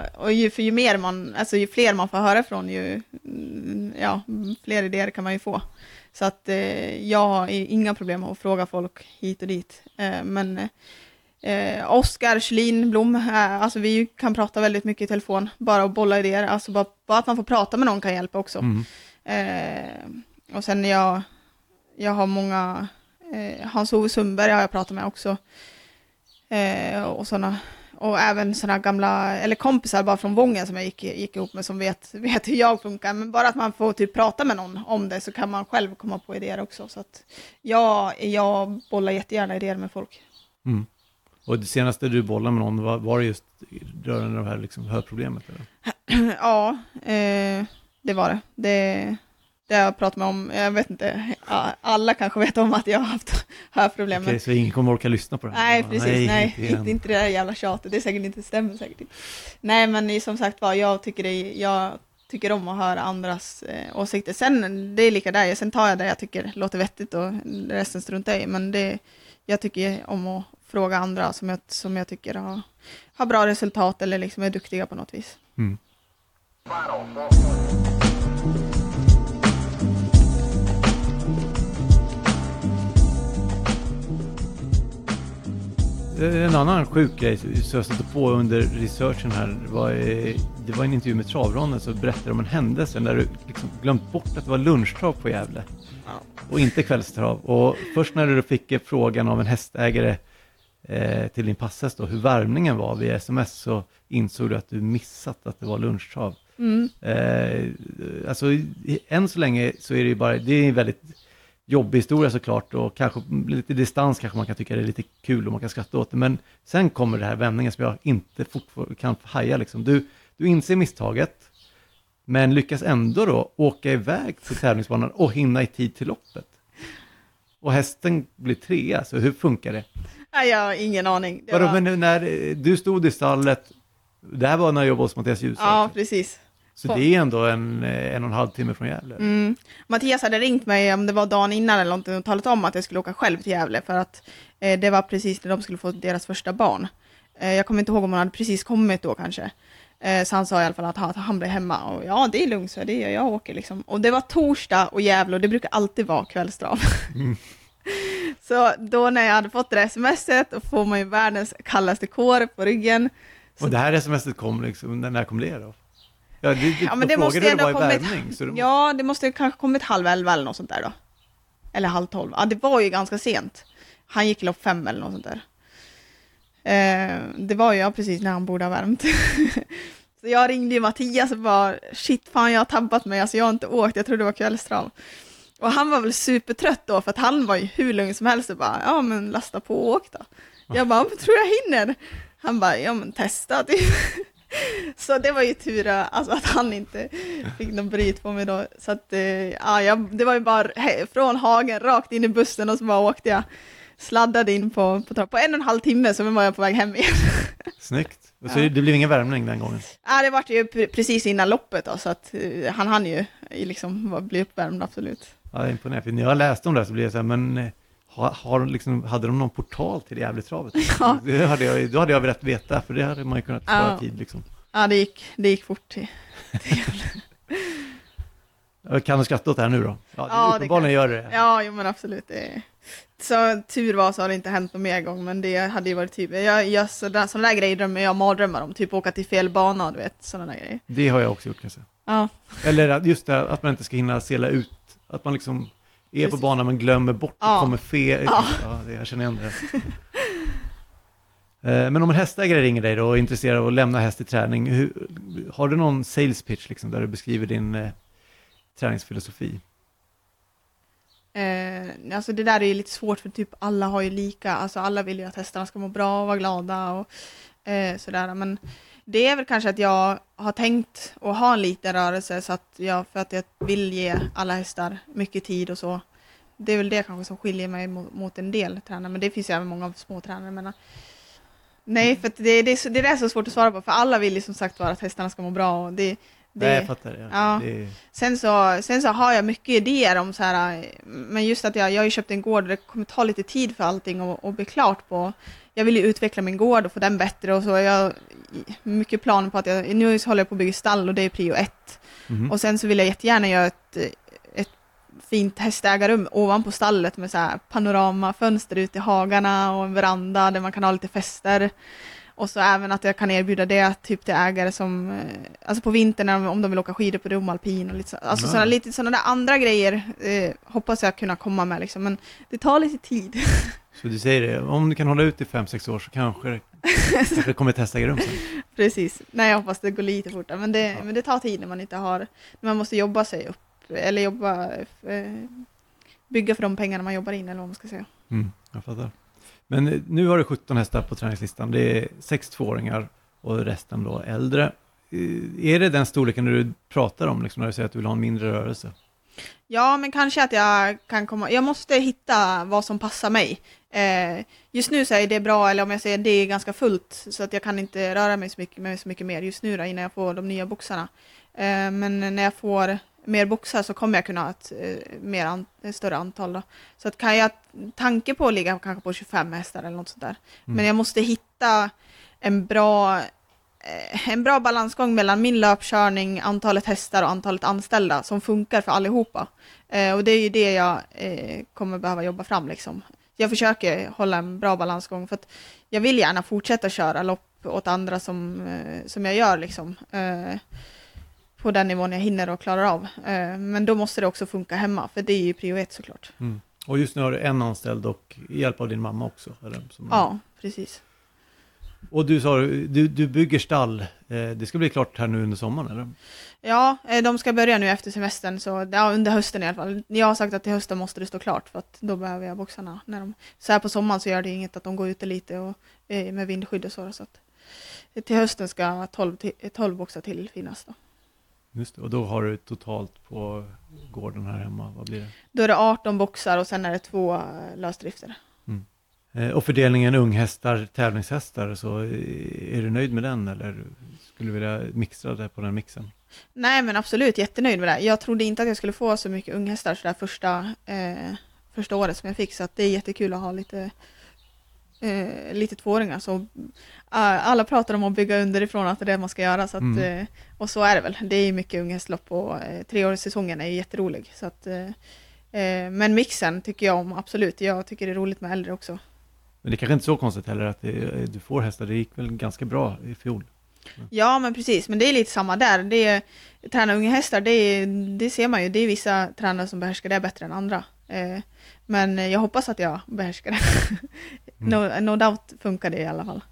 fler man får höra från, ju fler idéer kan man ju få. Så att jag har inga problem att fråga folk hit och dit. Men Oskar Schlin Blom, alltså vi kan prata väldigt mycket i telefon, bara att bolla idéer. Alltså bara att man får prata med någon kan hjälpa också. Och sen jag har många, Hans-Ove Sundberg har jag pratat med också. Och sådana. Och även sådana gamla, eller kompisar bara från Vången som jag gick ihop med, som vet hur jag funkar. Men bara att man får typ prata med någon om det, så kan man själv komma på idéer också. Så att jag bollar jättegärna idéer med folk. Och det senaste du bollade med någon, var det just rörande det här liksom hörproblemet? Eller? Ja, det var det. Det har jag pratat med om, jag vet inte, alla kanske vet om att jag har haft hörproblem. Okej, så ingen kommer orka lyssna på det här? Nej, precis, nej, inte det där jävla tjatet, det är säkert inte stämmer säkert. Nej, men som sagt var, jag tycker om att höra andras åsikter. Sen, det är lika där, sen tar jag det jag tycker låter vettigt och resten struntar i. Men jag tycker om att fråga andra som jag tycker har bra resultat eller liksom är duktiga på något vis. En annan sjuk grej så jag stötte på under researchen här det var en intervju med Travronden som berättade om en händelse där du liksom glömt bort att det var lunchtrav på Gävle och inte kvällstrav. Och först när du fick frågan av en hästägare till din passhäst då, hur värmningen var via sms, så insåg du att du missat att det var lunchtrav. Alltså än så länge så är det ju bara, det är en väldigt jobbig historia såklart, och kanske lite distans kanske man kan tycka det är lite kul och man kan skratta åt det, men sen kommer det här vändningen som jag inte fortfarande kan haja liksom. Du inser misstaget, men lyckas ändå då åka iväg till tävlingsbanan och hinna i tid till loppet. Och hästen blir 3, så hur funkar det? Nej, jag har ingen aning. Men när du stod i stallet, det här var när jag jobbade hos Mattias Ljus. Ja, precis. Så det är ändå en och en halv timme från Gävle. Mattias hade ringt mig om det var dagen innan eller någonting och talat om att jag skulle åka själv till Gävle för att det var precis när de skulle få deras första barn. Jag kommer inte ihåg om han hade precis kommit då kanske. Så han sa i alla fall att han blev hemma. Och ja, det är lugnt, så det är jag åker liksom. Och det var torsdag och Gävle, och det brukar alltid vara kvällstrav. Så då när jag hade fått det smset, och får man ju världens kallaste kår på ryggen. Och det här smset kom liksom, när kom det då? Ja, men det måste ändå ha kommit. Värmning, ja, det måste kanske kommit 10:30 eller något sånt där då. Eller 11:30. Ja, det var ju ganska sent. Han gick lopp 5 eller något sånt där. Det var ju precis när han borde ha värmt. Så jag ringde ju Mattias och bara, shit fan, jag har tabbat mig. Alltså jag har inte åkt, jag trodde det var kvällstrav. Och han var väl supertrött då, för att han var ju hur lugn som helst och bara, ja men lasta på och åk då. Jag bara, tror jag hinner? Han bara, ja men testa typ. Så det var ju tur alltså, att han inte fick någon bryt på mig då. Så att, det var ju bara från hagen rakt in i bussen, och så bara åkte jag, sladdade in på 1,5 timme, så var jag på väg hem igen. Snyggt. Så det blev ingen värmning den gången? Ja, det var ju precis innan loppet då, så att han hann ju liksom bli uppvärmd, absolut. Ja, det är imponerande. För när jag läste om det så blev jag så här, men hade de någon portal till Gävletravet? Ja. Då hade jag velat veta, för det hade man ju kunnat spara tid liksom. Ja, det gick fort till Kan du skratta åt det här nu då? Ja, det kan gör det. Ja, jo, men absolut. Så tur var så har det inte hänt någon mer gång, men det hade ju varit typ, sådana där grejer drömmer jag mardrömmar om, typ åka till fel bana, du vet, sådana där grejer. Det har jag också gjort kanske. Ja. Eller just det, att man inte ska hinna sela ut, att man liksom är på banan men glömmer bort och kommer fel. Ja, jag känner igen det. Men om en hästägare ringer dig då och är intresserad av att lämna häst i träning, har du någon sales pitch liksom, där du beskriver din träningsfilosofi? Alltså det där är ju lite svårt, för typ alla har ju lika, alltså alla vill ju att hästarna ska må bra och vara glada och sådär, men det är väl kanske att jag har tänkt att ha en liten rörelse, så att för att jag vill ge alla hästar mycket tid och så. Det är väl det kanske som skiljer mig mot en del tränare, men det finns ju även många små tränare, men nej, för att det är så svårt att svara på, för alla vill ju som sagt vara att hästarna ska må bra, och nej, jag fattar det. Ja. Sen så har jag mycket idéer om så här, men just att jag har ju köpt en gård och det kommer ta lite tid för allting och bli klart på. Jag vill ju utveckla min gård och få den bättre, och så har jag mycket planer på att nu håller jag på att bygga stall, och det är prio 1. Och sen så vill jag jättegärna göra ett fint hästägarrum ovanpå stallet med så här panoramafönster ut i hagarna och en veranda där man kan ha lite fester. Och så även att jag kan erbjuda det typ till ägare som, alltså på vintern om de vill åka skidor på Rom Alpin och lite så, alltså sådana där andra grejer hoppas jag kunna komma med liksom, men det tar lite tid. Så du säger det, om du kan hålla ut i 5-6 år så kanske det kommer ett hästägarrum sen. Precis, nej jag hoppas det går lite fortare, men det tar tid när man inte har, när man måste jobba sig upp, eller bygga för de pengarna man jobbar in, eller vad man ska säga. Jag fattar. Men nu har du 17 hästar på träningslistan. Det är 6 2-åringar och resten då äldre. Är det den storleken du pratar om liksom, när du säger att du vill ha en mindre rörelse? Ja, men kanske att jag kan komma. Jag måste hitta vad som passar mig. Just nu så är det bra, eller om jag säger det är ganska fullt, så att jag kan inte röra mig så mycket mer just nu då, innan jag får de nya boxarna. Men när jag får mer boxar så kommer jag kunna ha ett större antal då. Så att kan jag tanke på att ligga kanske på 25 hästar eller något sånt där. Men jag måste hitta en bra balansgång mellan min löpkörning, antalet hästar och antalet anställda som funkar för allihopa. Och det är ju det jag kommer behöva jobba fram liksom. jag försöker hålla en bra balansgång för att jag vill gärna fortsätta köra lopp åt andra som jag gör liksom. På den nivån jag hinner och klarar av. Men då måste det också funka hemma, för det är ju prio 1 såklart. Mm. Och just nu har du en anställd och hjälp av din mamma också? Eller? Ja, precis. Och du sa, du bygger stall. Det ska bli klart här nu under sommaren, eller? Ja, de ska börja nu efter semestern, så under hösten i alla fall. Jag har sagt att till hösten måste det stå klart, för att då behöver jag boxarna. Så här på sommaren så gör det inget att de går ute lite och med vindskydd och så att till hösten ska 12 boxar till finnas då. Just det, och då har du totalt på gården här hemma, vad blir det? Då är det 18 boxar och sen är det 2 lösdrifter. Och fördelningen unghästar, tävlingshästar, så är du nöjd med den, eller skulle du vilja mixa det på den mixen? Nej, men absolut, jättenöjd med det. Jag trodde inte att jag skulle få så mycket unghästar så där första året som jag fick, så att det är jättekul att ha lite tvååringar. Så alla pratar om att bygga underifrån, att det är det man ska göra, så att, och så är det väl. Det är mycket unghästlopp och 3-årssäsongen är jätterolig, så att, men mixen tycker jag om, absolut. Jag tycker det är roligt med äldre också. Men det kanske inte är så konstigt heller att du får hästar, det gick väl ganska bra i fjol? Ja, men precis, men det är lite samma där. Träna unga hästar, det ser man ju, det är vissa tränare som behärskar det bättre än andra. Men jag hoppas att jag behärskar det. No doubt funkar det i alla fall.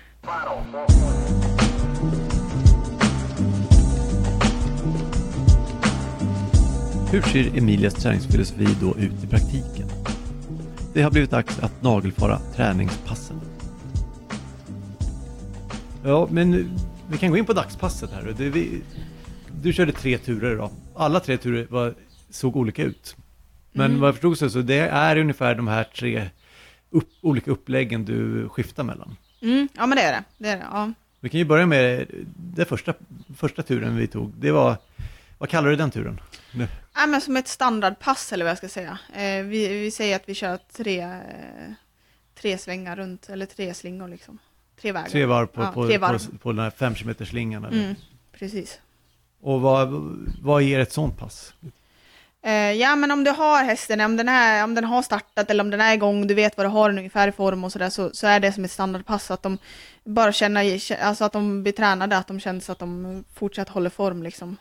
Hur ser Emilias träningsfilosofi då ut i praktiken? Det har blivit dags att nagelfara träningspassen. Ja, men vi kan gå in på dagspasset här. Du körde 3 turer då. Alla 3 turer såg olika ut. Men vad jag förstod så det är ungefär de här 3 olika uppläggen du skiftar mellan. Ja, men det är det. Ja. Vi kan ju börja med det första turen vi tog. Det var, vad kallar du den turen? Ja, men som ett standardpass, eller vad jag ska säga. Vi säger att vi kör 3 svängar runt, eller 3 slingor liksom. 3 vägar. 3 varv på den här 5 km slingan. Precis. Och vad ger ett sånt pass? Ja, men om du har hästen, om den har startat eller om den är igång, du vet vad du har ungefär i form och sådär, så är det som ett standardpass, att de bara känner, alltså att de blir tränade, att de känner att de fortsatt håller form liksom.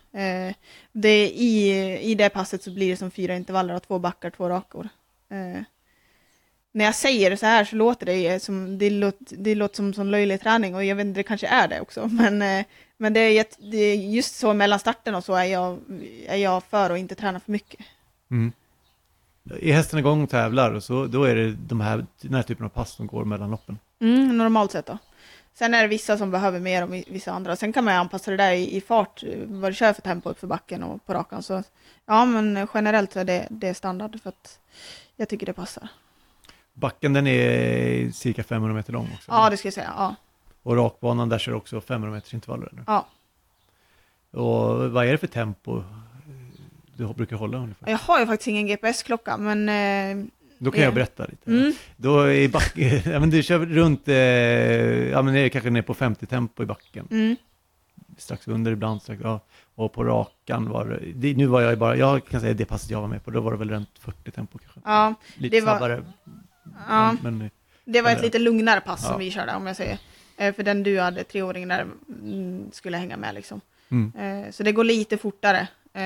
I det passet så blir det som 4 intervaller och 2 backar, 2 rakor. När jag säger det så här så låter det låter som löjlig träning, och jag vet inte, det kanske är det också, men det är just så mellan starten och så är jag för att inte träna för mycket. Är hästen igång och tävlar, och så då är det den här typen av pass som går mellan loppen? Normalt sett då. Sen är det vissa som behöver mer och vissa andra. Sen kan man anpassa det där i fart, vad du kör för tempo upp för backen och på rakan. Så ja, men generellt så är det standard, för att jag tycker det passar. Backen, den är cirka 500 meter lång också? Ja, det ska jag säga, ja. Och rakbanan, där kör också 500 meters intervaller? Eller? Ja. Och vad är det för tempo du brukar hålla ungefär? Jag har ju faktiskt ingen GPS-klocka, men... Då kan jag berätta lite. Då är men du kör runt, men det är kanske ner på 50 tempo i backen. Strax under ibland, och på rakan jag kan säga det passet jag var med på, då var det väl runt 40 tempo kanske. Ja, lite snabbare. Ja, men det var ett lite lugnare pass som vi körde, om jag säger. För den du hade, 3-åringen där, skulle hänga med liksom. Så det går lite fortare.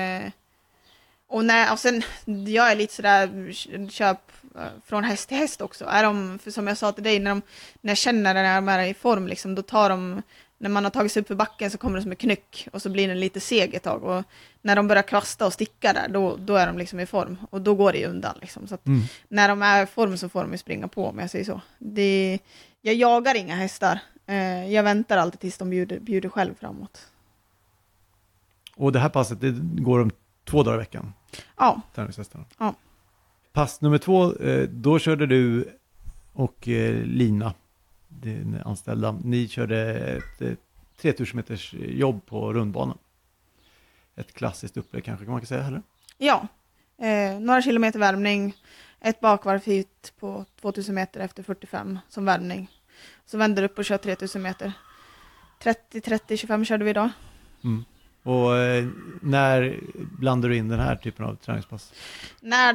Och sen, jag är lite sådär, köp från häst till häst också. För som jag sa till dig, när jag känner när de är i form liksom, då tar de, när man har tagit sig upp för backen så kommer det som en knyck, och så blir den lite seg ett tag, och när de börjar kvasta och sticka där, då är de liksom i form, och då går det ju undan liksom. Så att när de är i form så får de ju springa på, om jag säger så. Jag jagar inga hästar, jag väntar alltid tills de bjuder själv framåt. Och det här passet, det går om 2 dagar i veckan? Ja. Ja. Pass nummer 2, då körde du och Lina, din anställda, ni körde ett 3000 meters jobb på rundbanan. Ett klassiskt upplägg kanske, kan man säga, eller? Ja, några kilometer värmning, ett bakvarv hit på 2000 meter efter 45 som värmning. Så vänder upp och kör 3000 meter. 30-25 körde vi idag. Och när blandar du in den här typen av träningspass? När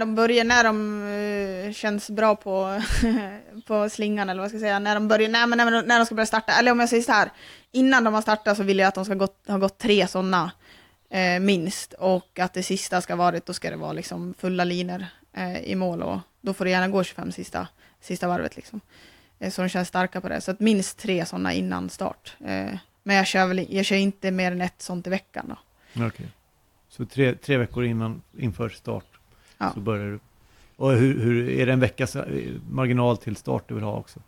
de känns bra på, på slingan, eller vad ska jag säga, när de ska börja starta, eller om jag säger så här, innan de har startat så vill jag att de ska ha gått 3 sådana minst, och att det sista då ska det vara liksom fulla linor i mål, och då får det gärna gå 25 sista varvet liksom. Så de känns starka på det, så att minst 3 sådana innan start. Men jag kör inte mer än 1 sånt i veckan då. Okej. Så 3 veckor inför start så börjar du. Och hur är det en veckas marginal till start du vill ha också?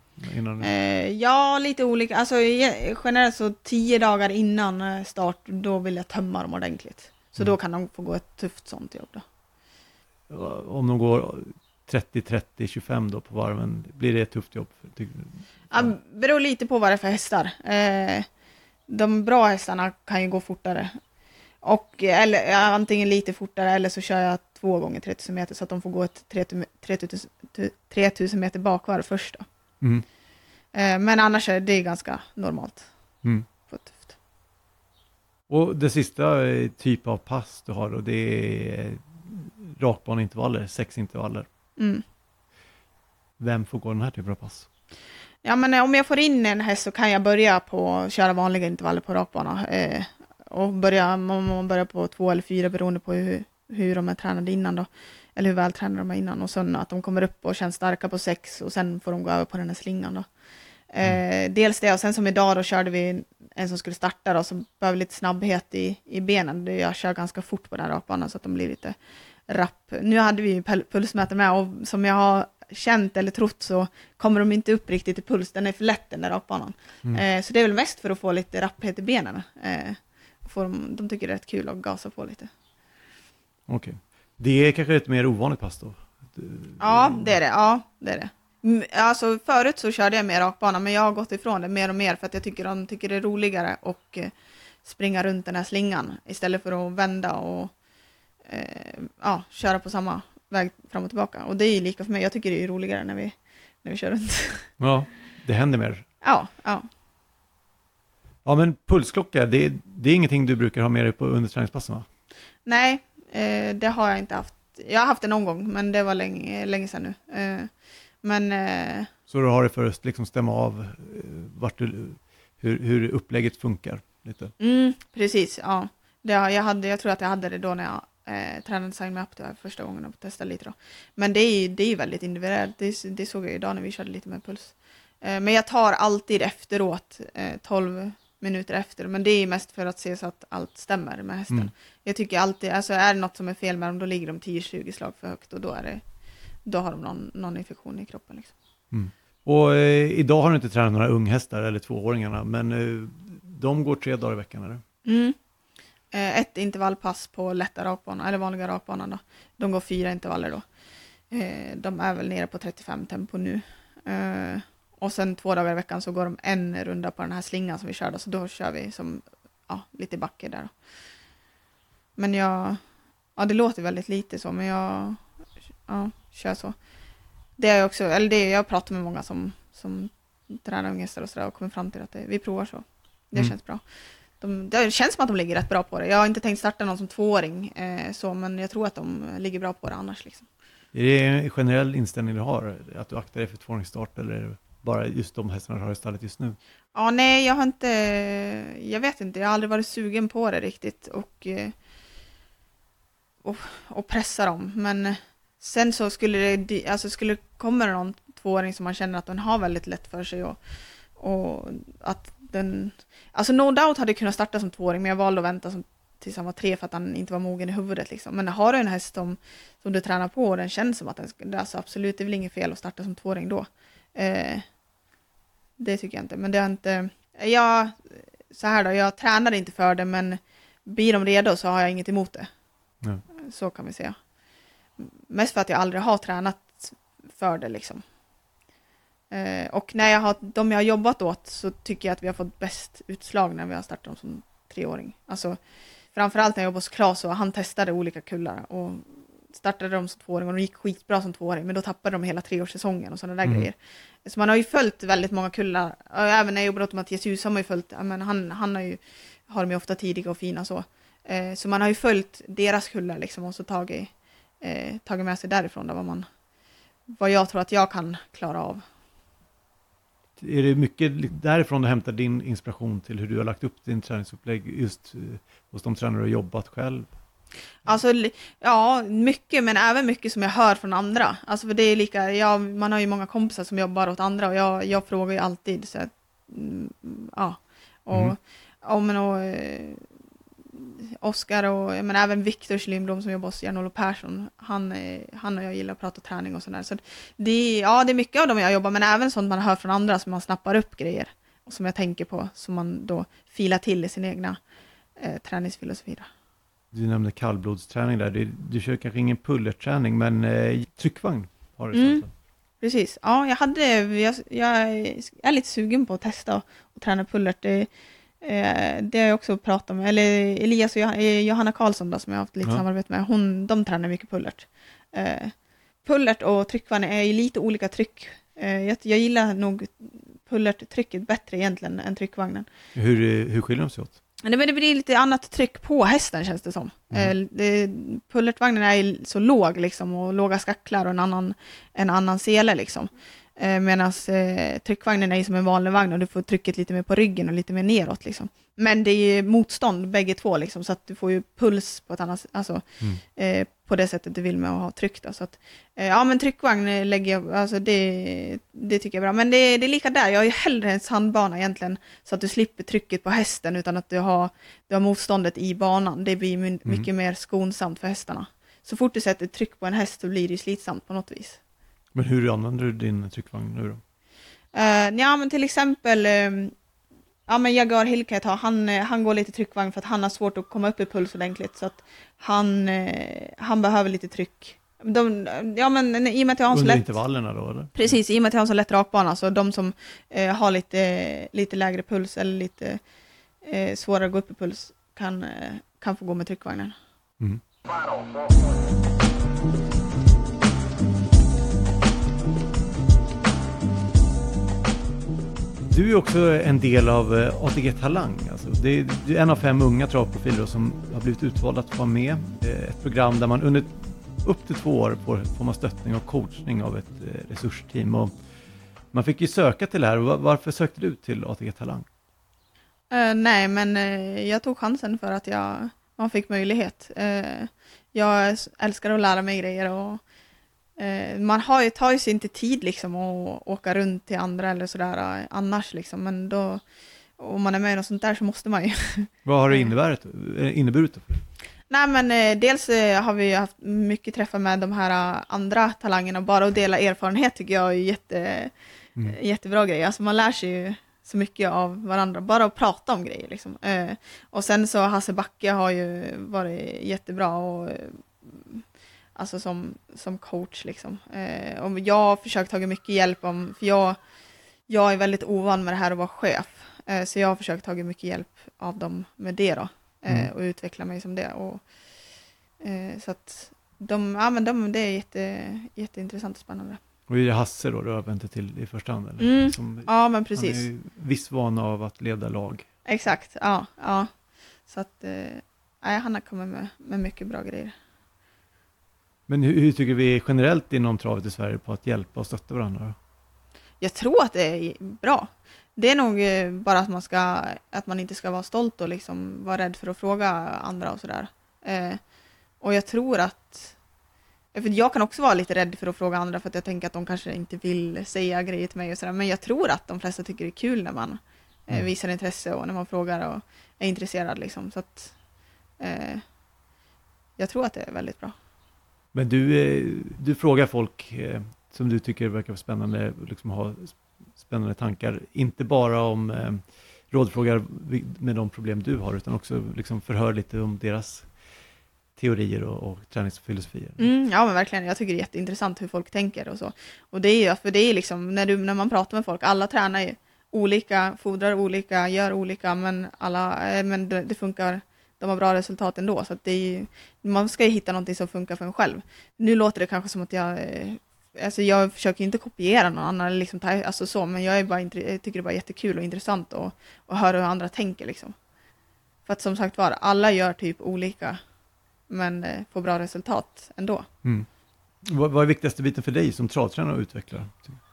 Ja, lite olika. Alltså generellt så 10 dagar innan start, då vill jag tömma dem ordentligt. Så då kan de få gå ett tufft sånt jobb då. Om de går 30-25 då på varven, blir det ett tufft jobb? Ja, beror lite på vad det är för hästar. De bra hästarna kan ju gå fortare. Eller antingen lite fortare, eller så kör jag 2 gånger 3000 meter så att de får gå ett 3000 meter bakvarv först då. Mm. Men annars är det ganska normalt. Mm. För tufft. Och det sista typ av pass du har då, det är rakbaneintervaller, 6 intervaller. Mm. Vem får gå den här typen av pass? Ja, men om jag får in en häst så kan jag börja på köra vanliga intervaller på rakbana. Och man börjar på 2 eller 4 beroende på hur de är tränade innan då. Eller hur väl tränade de är innan. Och sen att de kommer upp och känns starka på 6 och sen får de gå över på den här slingan då. Dels det, och sen som idag då körde vi en som skulle starta då, som behöver lite snabbhet i benen. Jag kör ganska fort på den rakbanan så att de blir lite rapp. Nu hade vi ju pulsmätare med, och som jag har känt eller trott så kommer de inte upp riktigt i puls. Den är för lätt, den där rakbanan. Så det är väl mest för att få lite rapphet i benen. De tycker det är rätt kul att gasa på lite. Okej. Det är kanske ett mer ovanligt pass då? Ja, det är det. Alltså, förut så körde jag mer rakbana, men jag har gått ifrån det mer och mer för att jag tycker det är roligare att springa runt den här slingan istället för att vända och köra på samma väg fram och tillbaka. Och det är ju lika för mig. Jag tycker det är roligare när vi kör runt. Ja, det händer mer. Ja. Ja, men pulsklocka, det är ingenting du brukar ha med dig på under träningspassen, va? Nej, det har jag inte haft. Jag har haft det någon gång, men det var länge sedan nu. Så du har det för att liksom stämma av hur upplägget funkar lite? Precis, ja. Jag tror att jag hade det då när jag tränade Sign Me Up första gången och testade lite då. Men det är ju väldigt individuellt. Det såg jag idag när vi körde lite med puls. Men jag tar alltid efteråt, 12 minuter efter. Men det är mest för att se så att allt stämmer med hästen. Jag tycker alltid, alltså är det något som är fel med dem, då ligger de 10-20 slag för högt. Och då har de någon infektion i kroppen liksom. Och idag har du inte tränat några unghästar eller 2-åringarna, men de går 3 dagar i veckan, eller? Ett intervallpass på lätta rakbanan, eller vanliga rakbanan då. De går 4 intervaller då. De är väl nere på 35 tempo nu. Och sen 2 dagar i veckan så går de en runda på den här slingan som vi körde. Så då kör vi som lite backe där då. Men det låter väldigt lite så, men jag kör så. Det är också, jag pratar med många som tränar unghästar och sådär och kommer fram till att vi provar så. Det känns bra. Det känns som att de ligger rätt bra på det. Jag har inte tänkt starta någon som 2-åring men jag tror att de ligger bra på det annars liksom. Är det en generell inställning du har, att du aktar dig för 2-åringsstart, eller är det bara just de hästarna du har i stallet just nu? Ja, nej, jag vet inte, jag har aldrig varit sugen på det riktigt och pressa dem, men sen så skulle det komma någon 2-åring som man känner att den har väldigt lätt för sig och att den, alltså No Doubt hade kunnat starta som 2-åring, men jag valde att vänta tills han var 3 för att han inte var mogen i huvudet liksom. Men har du en häst som du tränar på och den känns som att den, alltså absolut, det är väl inget fel att starta som 2-åring då. Det tycker jag inte, men det är inte, jag tränar inte för det, men blir de redo så har jag inget emot det. Ja. Så kan vi säga. Mest för att jag aldrig har tränat för det liksom. Och när jag har jobbat åt så tycker jag att vi har fått bäst utslag när vi har startat dem som 3-åring. Alltså framförallt när jag jobbade hos Claes, så han testade olika kullar och startade dem som 2-åring och de gick skitbra som 2-åring, men då tappade de hela 3-årssäsongen och sådana där grejer. Så man har ju följt väldigt många kullar. Och även när jag jobbade åt Mattias Ljus har man ju följt, men han har de ju ofta tidiga och fina så. Så man har ju följt deras kullar liksom, och så tagit med sig därifrån då, vad jag tror att jag kan klara av. Är det mycket därifrån du hämtar din inspiration till hur du har lagt upp din träningsupplägg just hos de tränare du har jobbat själv? Alltså, ja, mycket, men även mycket som jag hör från andra. Alltså, för det är man har ju många kompisar som jobbar åt andra, och jag frågar ju alltid så att, ja. Och Oskar och men även Viktor Lindblom som jobbar hos Jan-Olof Persson, han och jag gillar att prata träning och sådär. Så det är mycket av dem jag jobbar, men även sånt man hör från andra som man snappar upp grejer och som jag tänker på, som man då filar till i sin egna träningsfilosofi. Du nämnde kallblodsträning där. Du kör kanske ingen pullerträning, men tryckvagn har du sagt. Precis. Ja, jag är lite sugen på att testa och träna pullert. Det har jag också pratat med, eller Elias och Johanna Karlsson då, som jag har haft lite samarbete med. De tränar mycket pullert. Pullert och tryckvagn är ju lite olika tryck. Jag gillar nog pullert-trycket bättre egentligen än tryckvagnen. Hur skiljer de sig åt? Men det blir lite annat tryck på hästen, känns det som. Pullertvagnen är så låg liksom, och låga skacklar och en annan sele liksom. Medan tryckvagnen är som en vanlig vagn och du får trycket lite mer på ryggen och lite mer neråt liksom. Men det är motstånd bägge två liksom, så att du får ju puls på ett annat, alltså på det sättet du vill med att ha tryck då. Så att, ja, men tryckvagn lägger jag, alltså det tycker jag är bra. Men det är lika där, jag har ju hellre en sandbana egentligen, så att du slipper trycket på hästen utan att du har motståndet i banan. Det blir mycket mer skonsamt för hästarna. Så fort du sätter tryck på en häst så blir det ju slitsamt på något vis. Men hur använder du din tryckvagn nu då? Ja, men till exempel men Jaguar Hill kan jag ta. Han går lite tryckvagn för att han har svårt att komma upp i puls ordentligt, så att han behöver lite tryck. I och med att jag har så lätt intervallerna då, eller? Precis, i och med att jag har så lätt rakbana, så de som har lite lägre puls eller lite svårare att gå upp i puls kan få gå med tryckvagnen. Du är också en del av ATG Talang. Alltså det är en av 5 unga travprofiler som har blivit utvalda att vara med. Ett program där man under upp till 2 år får man stöttning och coachning av ett resursteam. Och man fick ju söka till det här. Varför sökte du till ATG Talang? Nej, men jag tog chansen för att man fick möjlighet. Jag älskar att lära mig grejer, och man tar ju sig inte tid liksom att åka runt till andra eller sådär annars liksom, men då om man är med i något sånt där så måste man ju. Vad har det inneburit? Nej, men dels har vi haft mycket träffar med de här andra talangerna, och bara att dela erfarenhet tycker jag är jättebra grej. Alltså man lär sig ju så mycket av varandra, bara att prata om grejer liksom. Och sen så Hasse Backe har ju varit jättebra, och alltså som coach liksom. Och jag har försökt ta mycket hjälp för jag är väldigt ovan med det här att vara chef. Så jag har försökt ta mycket hjälp av dem med det då. Och utveckla mig som det. Och, så att det är jätteintressant och spännande. Och är det Hasse då du har väntat till i första hand? Eller? Ja, men precis. Han är ju viss vana av att leda lag. Exakt, ja. Så att han har kommit med mycket bra grejer. Men hur tycker vi generellt inom travet i Sverige på att hjälpa och stötta varandra då? Jag tror att det är bra. Det är nog bara att man inte ska vara stolt och liksom vara rädd för att fråga andra och sådär. Och jag tror för jag kan också vara lite rädd för att fråga andra, för att jag tänker att de kanske inte vill säga grejer till mig och sådär. Men jag tror att de flesta tycker det är kul när man visar intresse och när man frågar och är intresserad liksom. Så att jag tror att det är väldigt bra. Men du frågar folk som du tycker verkar spännande, liksom ha spännande tankar, inte bara om rådfrågar med de problem du har, utan också liksom förhör lite om deras teorier och träningsfilosofier. Ja, men verkligen. Jag tycker det är jätteintressant hur folk tänker och så. Och det är ju, för det är liksom, när man pratar med folk, alla tränar ju olika, fodrar olika, gör olika, men det funkar, de har bra resultat ändå. Så att man ska ju hitta någonting som funkar för en själv. Nu låter det kanske som att jag försöker inte kopiera någon annan, liksom, men jag tycker det är bara jättekul och intressant att höra hur andra tänker liksom. För att som sagt var, alla gör typ olika, men får bra resultat ändå. Mm. Vad är viktigaste biten för dig som travtränare att utveckla?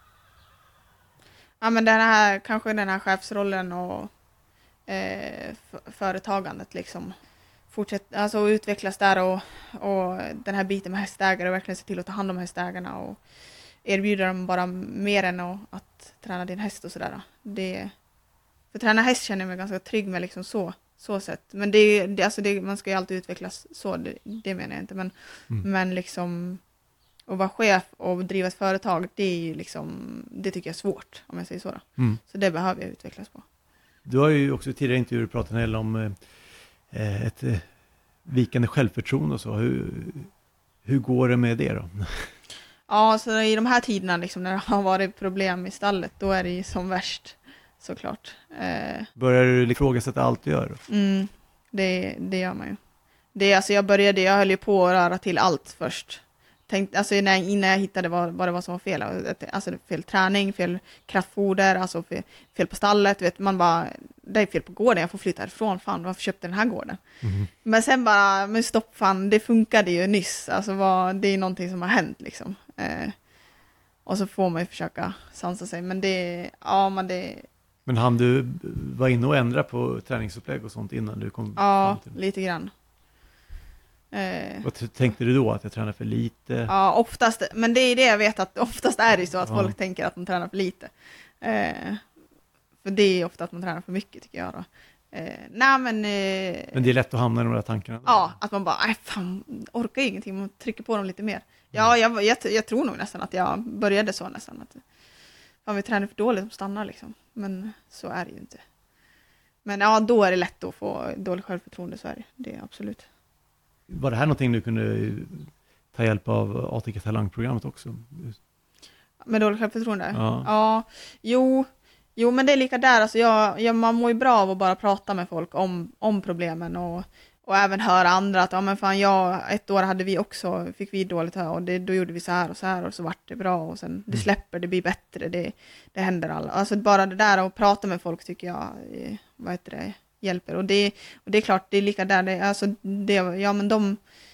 Ja, men kanske den här chefsrollen och företagandet liksom. Alltså utvecklas där och den här biten med hästägare och verkligen se till att ta hand om hästägarna och erbjuda dem bara mer än att träna din häst och sådär. För träna häst känner jag mig ganska trygg med liksom så sätt. Men man ska ju alltid utvecklas så, det menar jag inte. Men liksom att vara chef och driva ett företag, det är ju liksom, det tycker jag är svårt, om jag säger så då. Så det behöver jag utvecklas på. Du har ju också tidigare intervjuer pratat en del om ett vikande självförtroende och så. Hur går det med det då? Ja, så i de här tiderna liksom, när det har varit problem i stallet, då är det ju som värst, såklart. Börjar du ifrågasätta allt du gör? Det gör man ju. Jag höll ju på att röra till allt först. Innan jag hittade vad det var som var fel. Alltså fel träning, fel kraftfoder, alltså fel på stallet. Vet, man bara, det är fel på gården, jag får flytta härifrån. Fan, varför köpte den här gården? Men sen bara, men stopp fan, det funkade ju nyss. Alltså det är någonting som har hänt liksom. Och så får man ju försöka sansa sig. Men hann du vara inne och ändra på träningsupplägg och sånt innan du kom? Ja, lite grann. Vad tänkte du då? Att jag tränar för lite? Ja, oftast. Men det är det jag vet, att oftast är det så att folk tänker att de tränar för lite. För det är ofta att man tränar för mycket, tycker jag då. Men det är lätt att hamna i de där tankarna. Ja, att man bara, fan, orkar ingenting, man trycker på dem lite mer. Ja, jag tror nog nästan att jag började så nästan. Att fan, vi tränar för dåligt, de stannar liksom. Men så är det ju inte. Men ja, då är det lätt att få dåligt självförtroende, så är det är absolut. Var det här någonting du kunde ta hjälp av ATG Talangprogrammet också? Med dåligt självförtroende? Ja. Jo, men det är lika där. Alltså man mår ju bra av att bara prata med folk om problemen och även höra andra att ett år fick vi dåligt här och då gjorde vi så här och så vart det bra och sen det släpper, det blir bättre, det händer alla. Alltså bara det där att prata med folk tycker jag hjälper. Och det är klart, det är lika där. De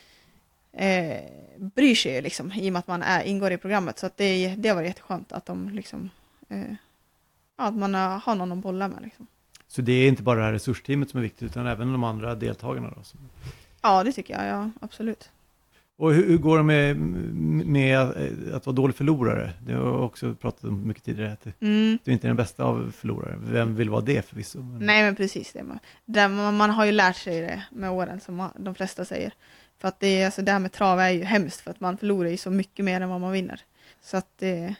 bryr sig liksom, i och med att man ingår i programmet. Så att det var jätteskönt att de liksom, att man har någon att bolla med. Liksom. Så det är inte bara det här resursteamet som är viktigt, utan även de andra deltagarna då? Ja, det tycker jag. Ja, absolut. Och hur går det med att vara dålig förlorare? Det har jag också pratat om mycket tidigare. Att du inte är den bästa av förlorare. Vem vill vara det förvisso? Nej, men precis det. Man har ju lärt sig det med åren, som de flesta säger. För att det här med trav är ju hemskt, för att man förlorar ju så mycket mer än vad man vinner. Så att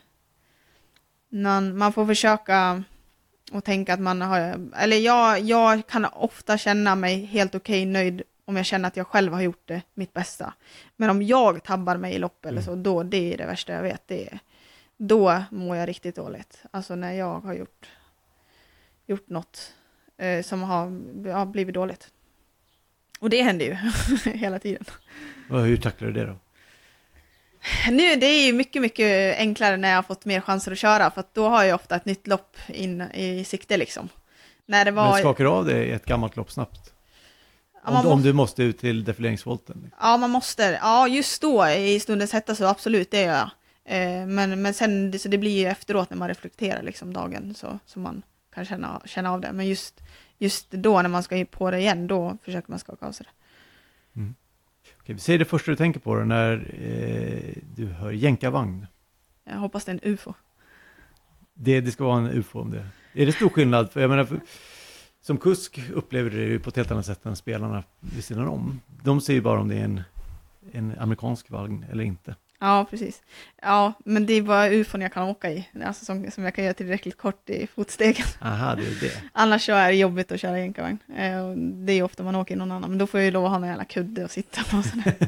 man får försöka och tänka att man har... Eller jag kan ofta känna mig helt okej, nöjd om jag känner att jag själv har gjort det mitt bästa. Men om jag tabbar mig i lopp eller så, då det är det värsta jag vet. Då mår jag riktigt dåligt. Alltså när jag har gjort något som har blivit dåligt. Och det händer ju hela tiden. Och hur tacklar du det då? Nu, det är ju mycket, mycket enklare när jag har fått mer chanser att köra. För att då har jag ofta ett nytt lopp in i sikte liksom. Men skakar av det i ett gammalt lopp snabbt? Om du måste ut till defileringsvolten? Liksom. Ja, man måste. Ja, just då i stundens hetta så absolut, det gör jag. Men sen, så det blir ju efteråt när man reflekterar liksom dagen så man kan känna av det. Men just då när man ska på det igen, då försöker man skaka av sig det. Okej, vi säger det första du tänker på då, när du hör jänkarvagn. Jag hoppas det är en UFO. Det ska vara en UFO om det. Är det stor skillnad? För jag menar, som kusk upplever det ju på ett helt annat sätt än spelarna vid sidan om. De ser ju bara om det är en amerikansk vagn eller inte. Ja, precis. Ja, men det är bara UFOn jag kan åka i. Alltså som jag kan göra tillräckligt kort i fotstegen. Aha, det är det. Annars så är det jobbigt att köra jänkarvagn. Det är ofta man åker i någon annan. Men då får jag ju lov att ha någon jävla kudde och sitta på.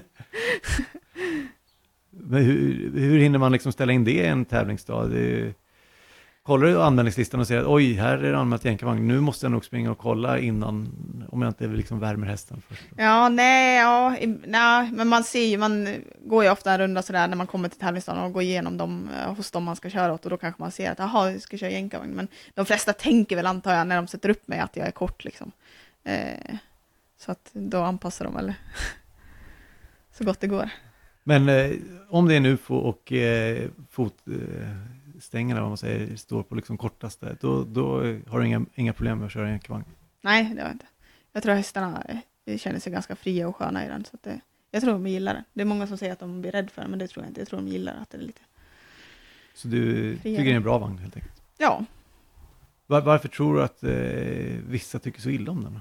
Men hur hinner man liksom ställa in det i en tävlingsdag? Kollar du anmälningslistan och säger att oj, här är det anmält jänkarvagn. Nu måste jag nog springa och kolla innan, om jag inte liksom värmer hästen först. Ja, men man går ju ofta en runda sådär när man kommer till tävlingsdagen och går igenom dem hos dem man ska köra åt, och då kanske man ser att jag ska köra jänkarvagn. Men de flesta tänker väl, antar jag, när de sätter upp mig att jag är kort liksom. Så att då anpassar de eller så gott det går. Men om det är en UFO och fotstängerna vad man säger, står på liksom kortaste, då har du inga problem med att köra jänkarvagn? Nej, det har jag inte. Jag tror att hästarna känner sig ganska fria och sköna i den. Så att jag tror de gillar det. Det är många som säger att de blir rädda för den, men det tror jag inte. Jag tror de gillar att det är lite. Så du tycker det är en bra vagn helt enkelt? Ja. Varför tror du att vissa tycker så illa om den?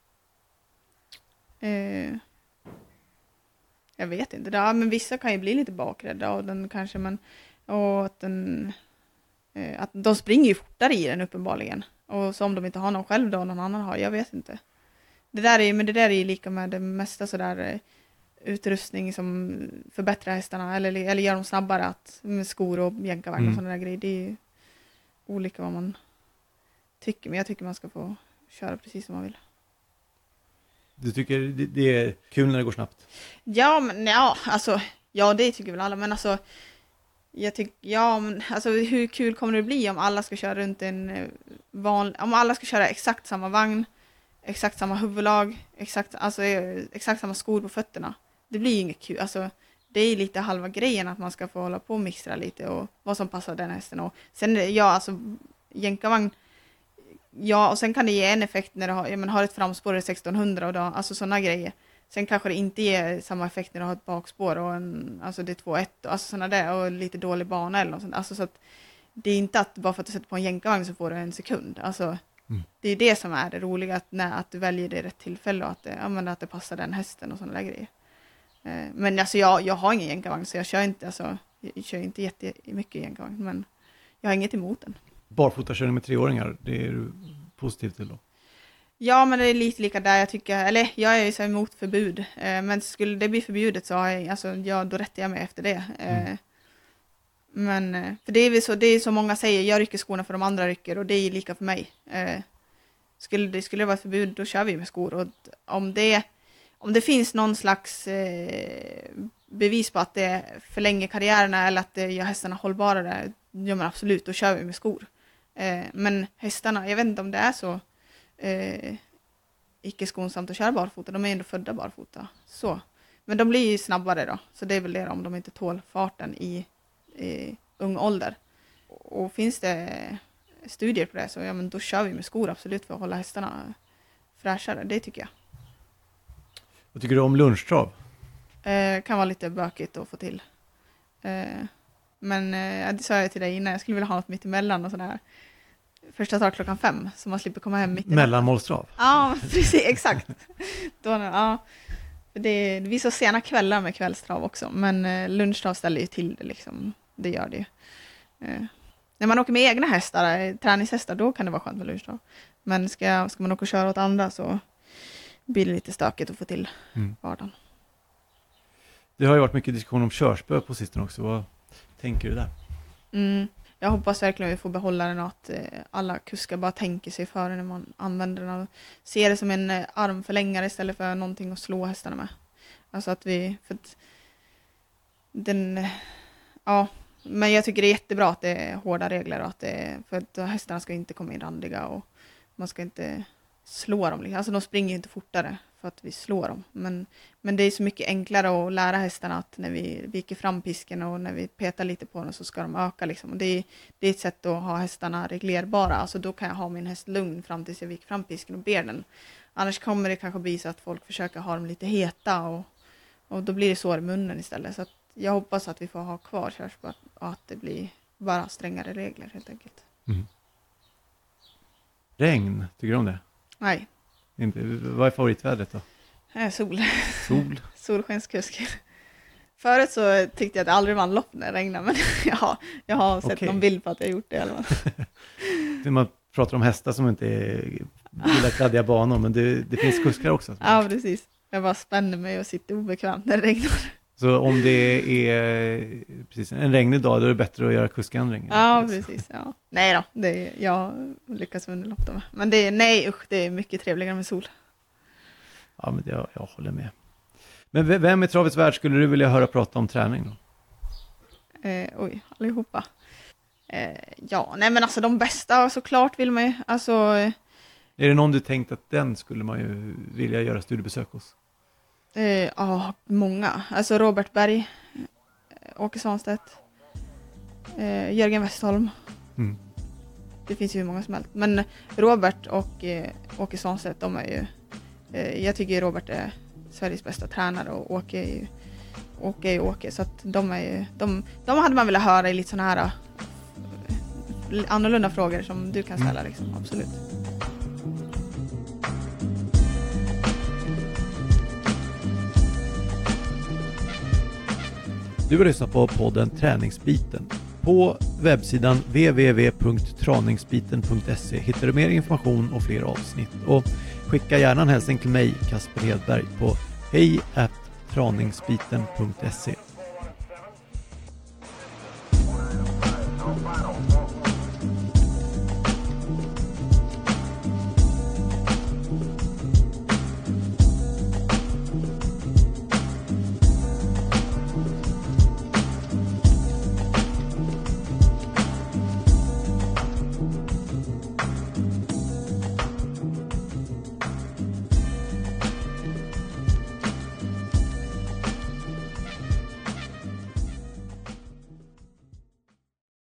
Jag vet inte. Men vissa kan ju bli lite bakrädda och den kanske och att att de springer ju fortare i den uppenbarligen. Och så om de inte har någon själv då någon annan har, jag vet inte. Det där är ju lika med det mesta sådär utrustning som förbättrar hästarna eller gör dem snabbare med skor och jänkarvagn och sådana där grejer. Det är ju olika vad man tycker, men jag tycker man ska få köra precis som man vill. Du tycker det är kul när det går snabbt? Ja, men ja, det tycker väl alla, men alltså jag tycker, hur kul kommer det bli om alla ska köra runt om alla ska köra exakt samma vagn, exakt samma huvudlag, exakt samma skor på fötterna. Det blir ju inget kul. Alltså, det är lite halva grejen att man ska få hålla på och mixtra lite och vad som passar den hästen. Och sen, jänkarvagn, och sen kan det ge en effekt när du har ett framspår i 1600 och då, alltså sådana grejer. Sen kanske det inte ger samma effekt när du har ett bakspår och det är 2-1 alltså sådana där och lite dålig bana eller något sånt. Alltså så att det är inte att bara för att du sätter på en jänkarvagn så får du en sekund. Alltså det är det som är det roliga att du väljer det rätt tillfälle och att det passar den hästen och sådana där grejer. Men alltså jag har ingen jänkarvagn så jag kör inte jättemycket jänkarvagn, men jag har inget emot den. Barfotakörning med 3-åringar, det är du positiv till då? Ja, men det är lite lika där jag är ju så emot förbud. Men skulle det bli förbjudet så då rättar jag mig efter det. Men för det är så många säger, jag rycker skorna för de andra rycker och det är lika för mig. Skulle det vara ett förbud, då kör vi med skor. Och om det finns någon slags bevis på att det förlänger karriärerna eller att det gör hästarna hållbarare, ja men absolut, då kör vi med skor. Men hästarna, jag vet inte om det är så icke skonsamt att köra barfota. De är ändå födda barfota. Så. Men de blir ju snabbare då. Så det är väl det om de inte tål farten i ung ålder. Och finns det studier på det så men då kör vi med skor absolut för att hålla hästarna fräschare. Det tycker jag. Vad tycker du om lunchtrav? Kan vara lite bökigt att få till. Men det sa jag till dig innan. Jag skulle vilja ha något mitt emellan och sådär. Första start 5:00 så man slipper komma hem mitt i mellanmålstrav. Ja, precis, exakt. Det blir så sena kvällar med kvällstrav också, men lunchtrav ställer ju till det liksom. Det gör det ju. När man åker med egna hästar, träningshästar, då kan det vara skönt med lunchtrav. Men ska man åka och köra åt andra så blir det lite stökigt att få till vardagen. Det har ju varit mycket diskussion om körspö på sistone också. Vad tänker du där? Jag hoppas verkligen att vi får behålla den och att alla kuskar bara tänker sig före när man använder den och ser det som en armförlängare istället för någonting att slå hästarna med. Alltså att men jag tycker det är jättebra att det är hårda regler och för att hästarna ska inte komma in randiga och man ska inte slå dem. Alltså de springer ju inte fortare för att vi slår dem. Men det är så mycket enklare att lära hästarna att när vi viker fram pisken och när vi petar lite på dem så ska de öka. Liksom. Och det är ett sätt att ha hästarna reglerbara. Alltså då kan jag ha min häst lugn fram tills jag viker fram pisken och ber den. Annars kommer det kanske bli så att folk försöker ha dem lite heta och då blir det sår i munnen istället. Så att jag hoppas att vi får ha kvar körspö och att det blir bara strängare regler helt enkelt. Regn, tycker du om det? Nej. Vad är favoritvädret då? Sol. Solskenskusk. Förut så tyckte jag att det aldrig var en lopp när det regnade, men jag har sett någon bild på att jag gjort det i alla fall. Man pratar om hästar som inte gillar kladdiga banor, men det finns kuskar också. Ja, precis. Jag bara spänner mig och sitter obekvämt när det regnar. Så om det är precis en regnig dag, då är det bättre att göra kuskändring? Ja, precis. Ja. Nej då, jag lyckas vinna lopp med. Men det är mycket trevligare med sol. Ja, men jag håller med. Men vem i travets värld skulle du vilja höra prata om träning då? Allihopa. Men alltså de bästa såklart vill man ju. Alltså, Är det någon du tänkt att den skulle man ju vilja göra studiebesök hos? Ja, många. Alltså Robert Berg, Åke Svanstedt, Jörgen Westholm. Mm. Det finns ju hur många som helst. Men Robert och Åke Svanstedt, de är ju... jag tycker Robert är Sveriges bästa tränare och Åke är ju Åke. Så att de är ju... De hade man velat höra i lite såna här annorlunda frågor som du kan ställa liksom, absolut. Du har lyssnat på podden Träningsbiten. På webbsidan www.traningsbiten.se hittar du mer information och fler avsnitt. Och skicka gärna en hälsning till mig, Kasper Hedberg, på hej@traningsbiten.se.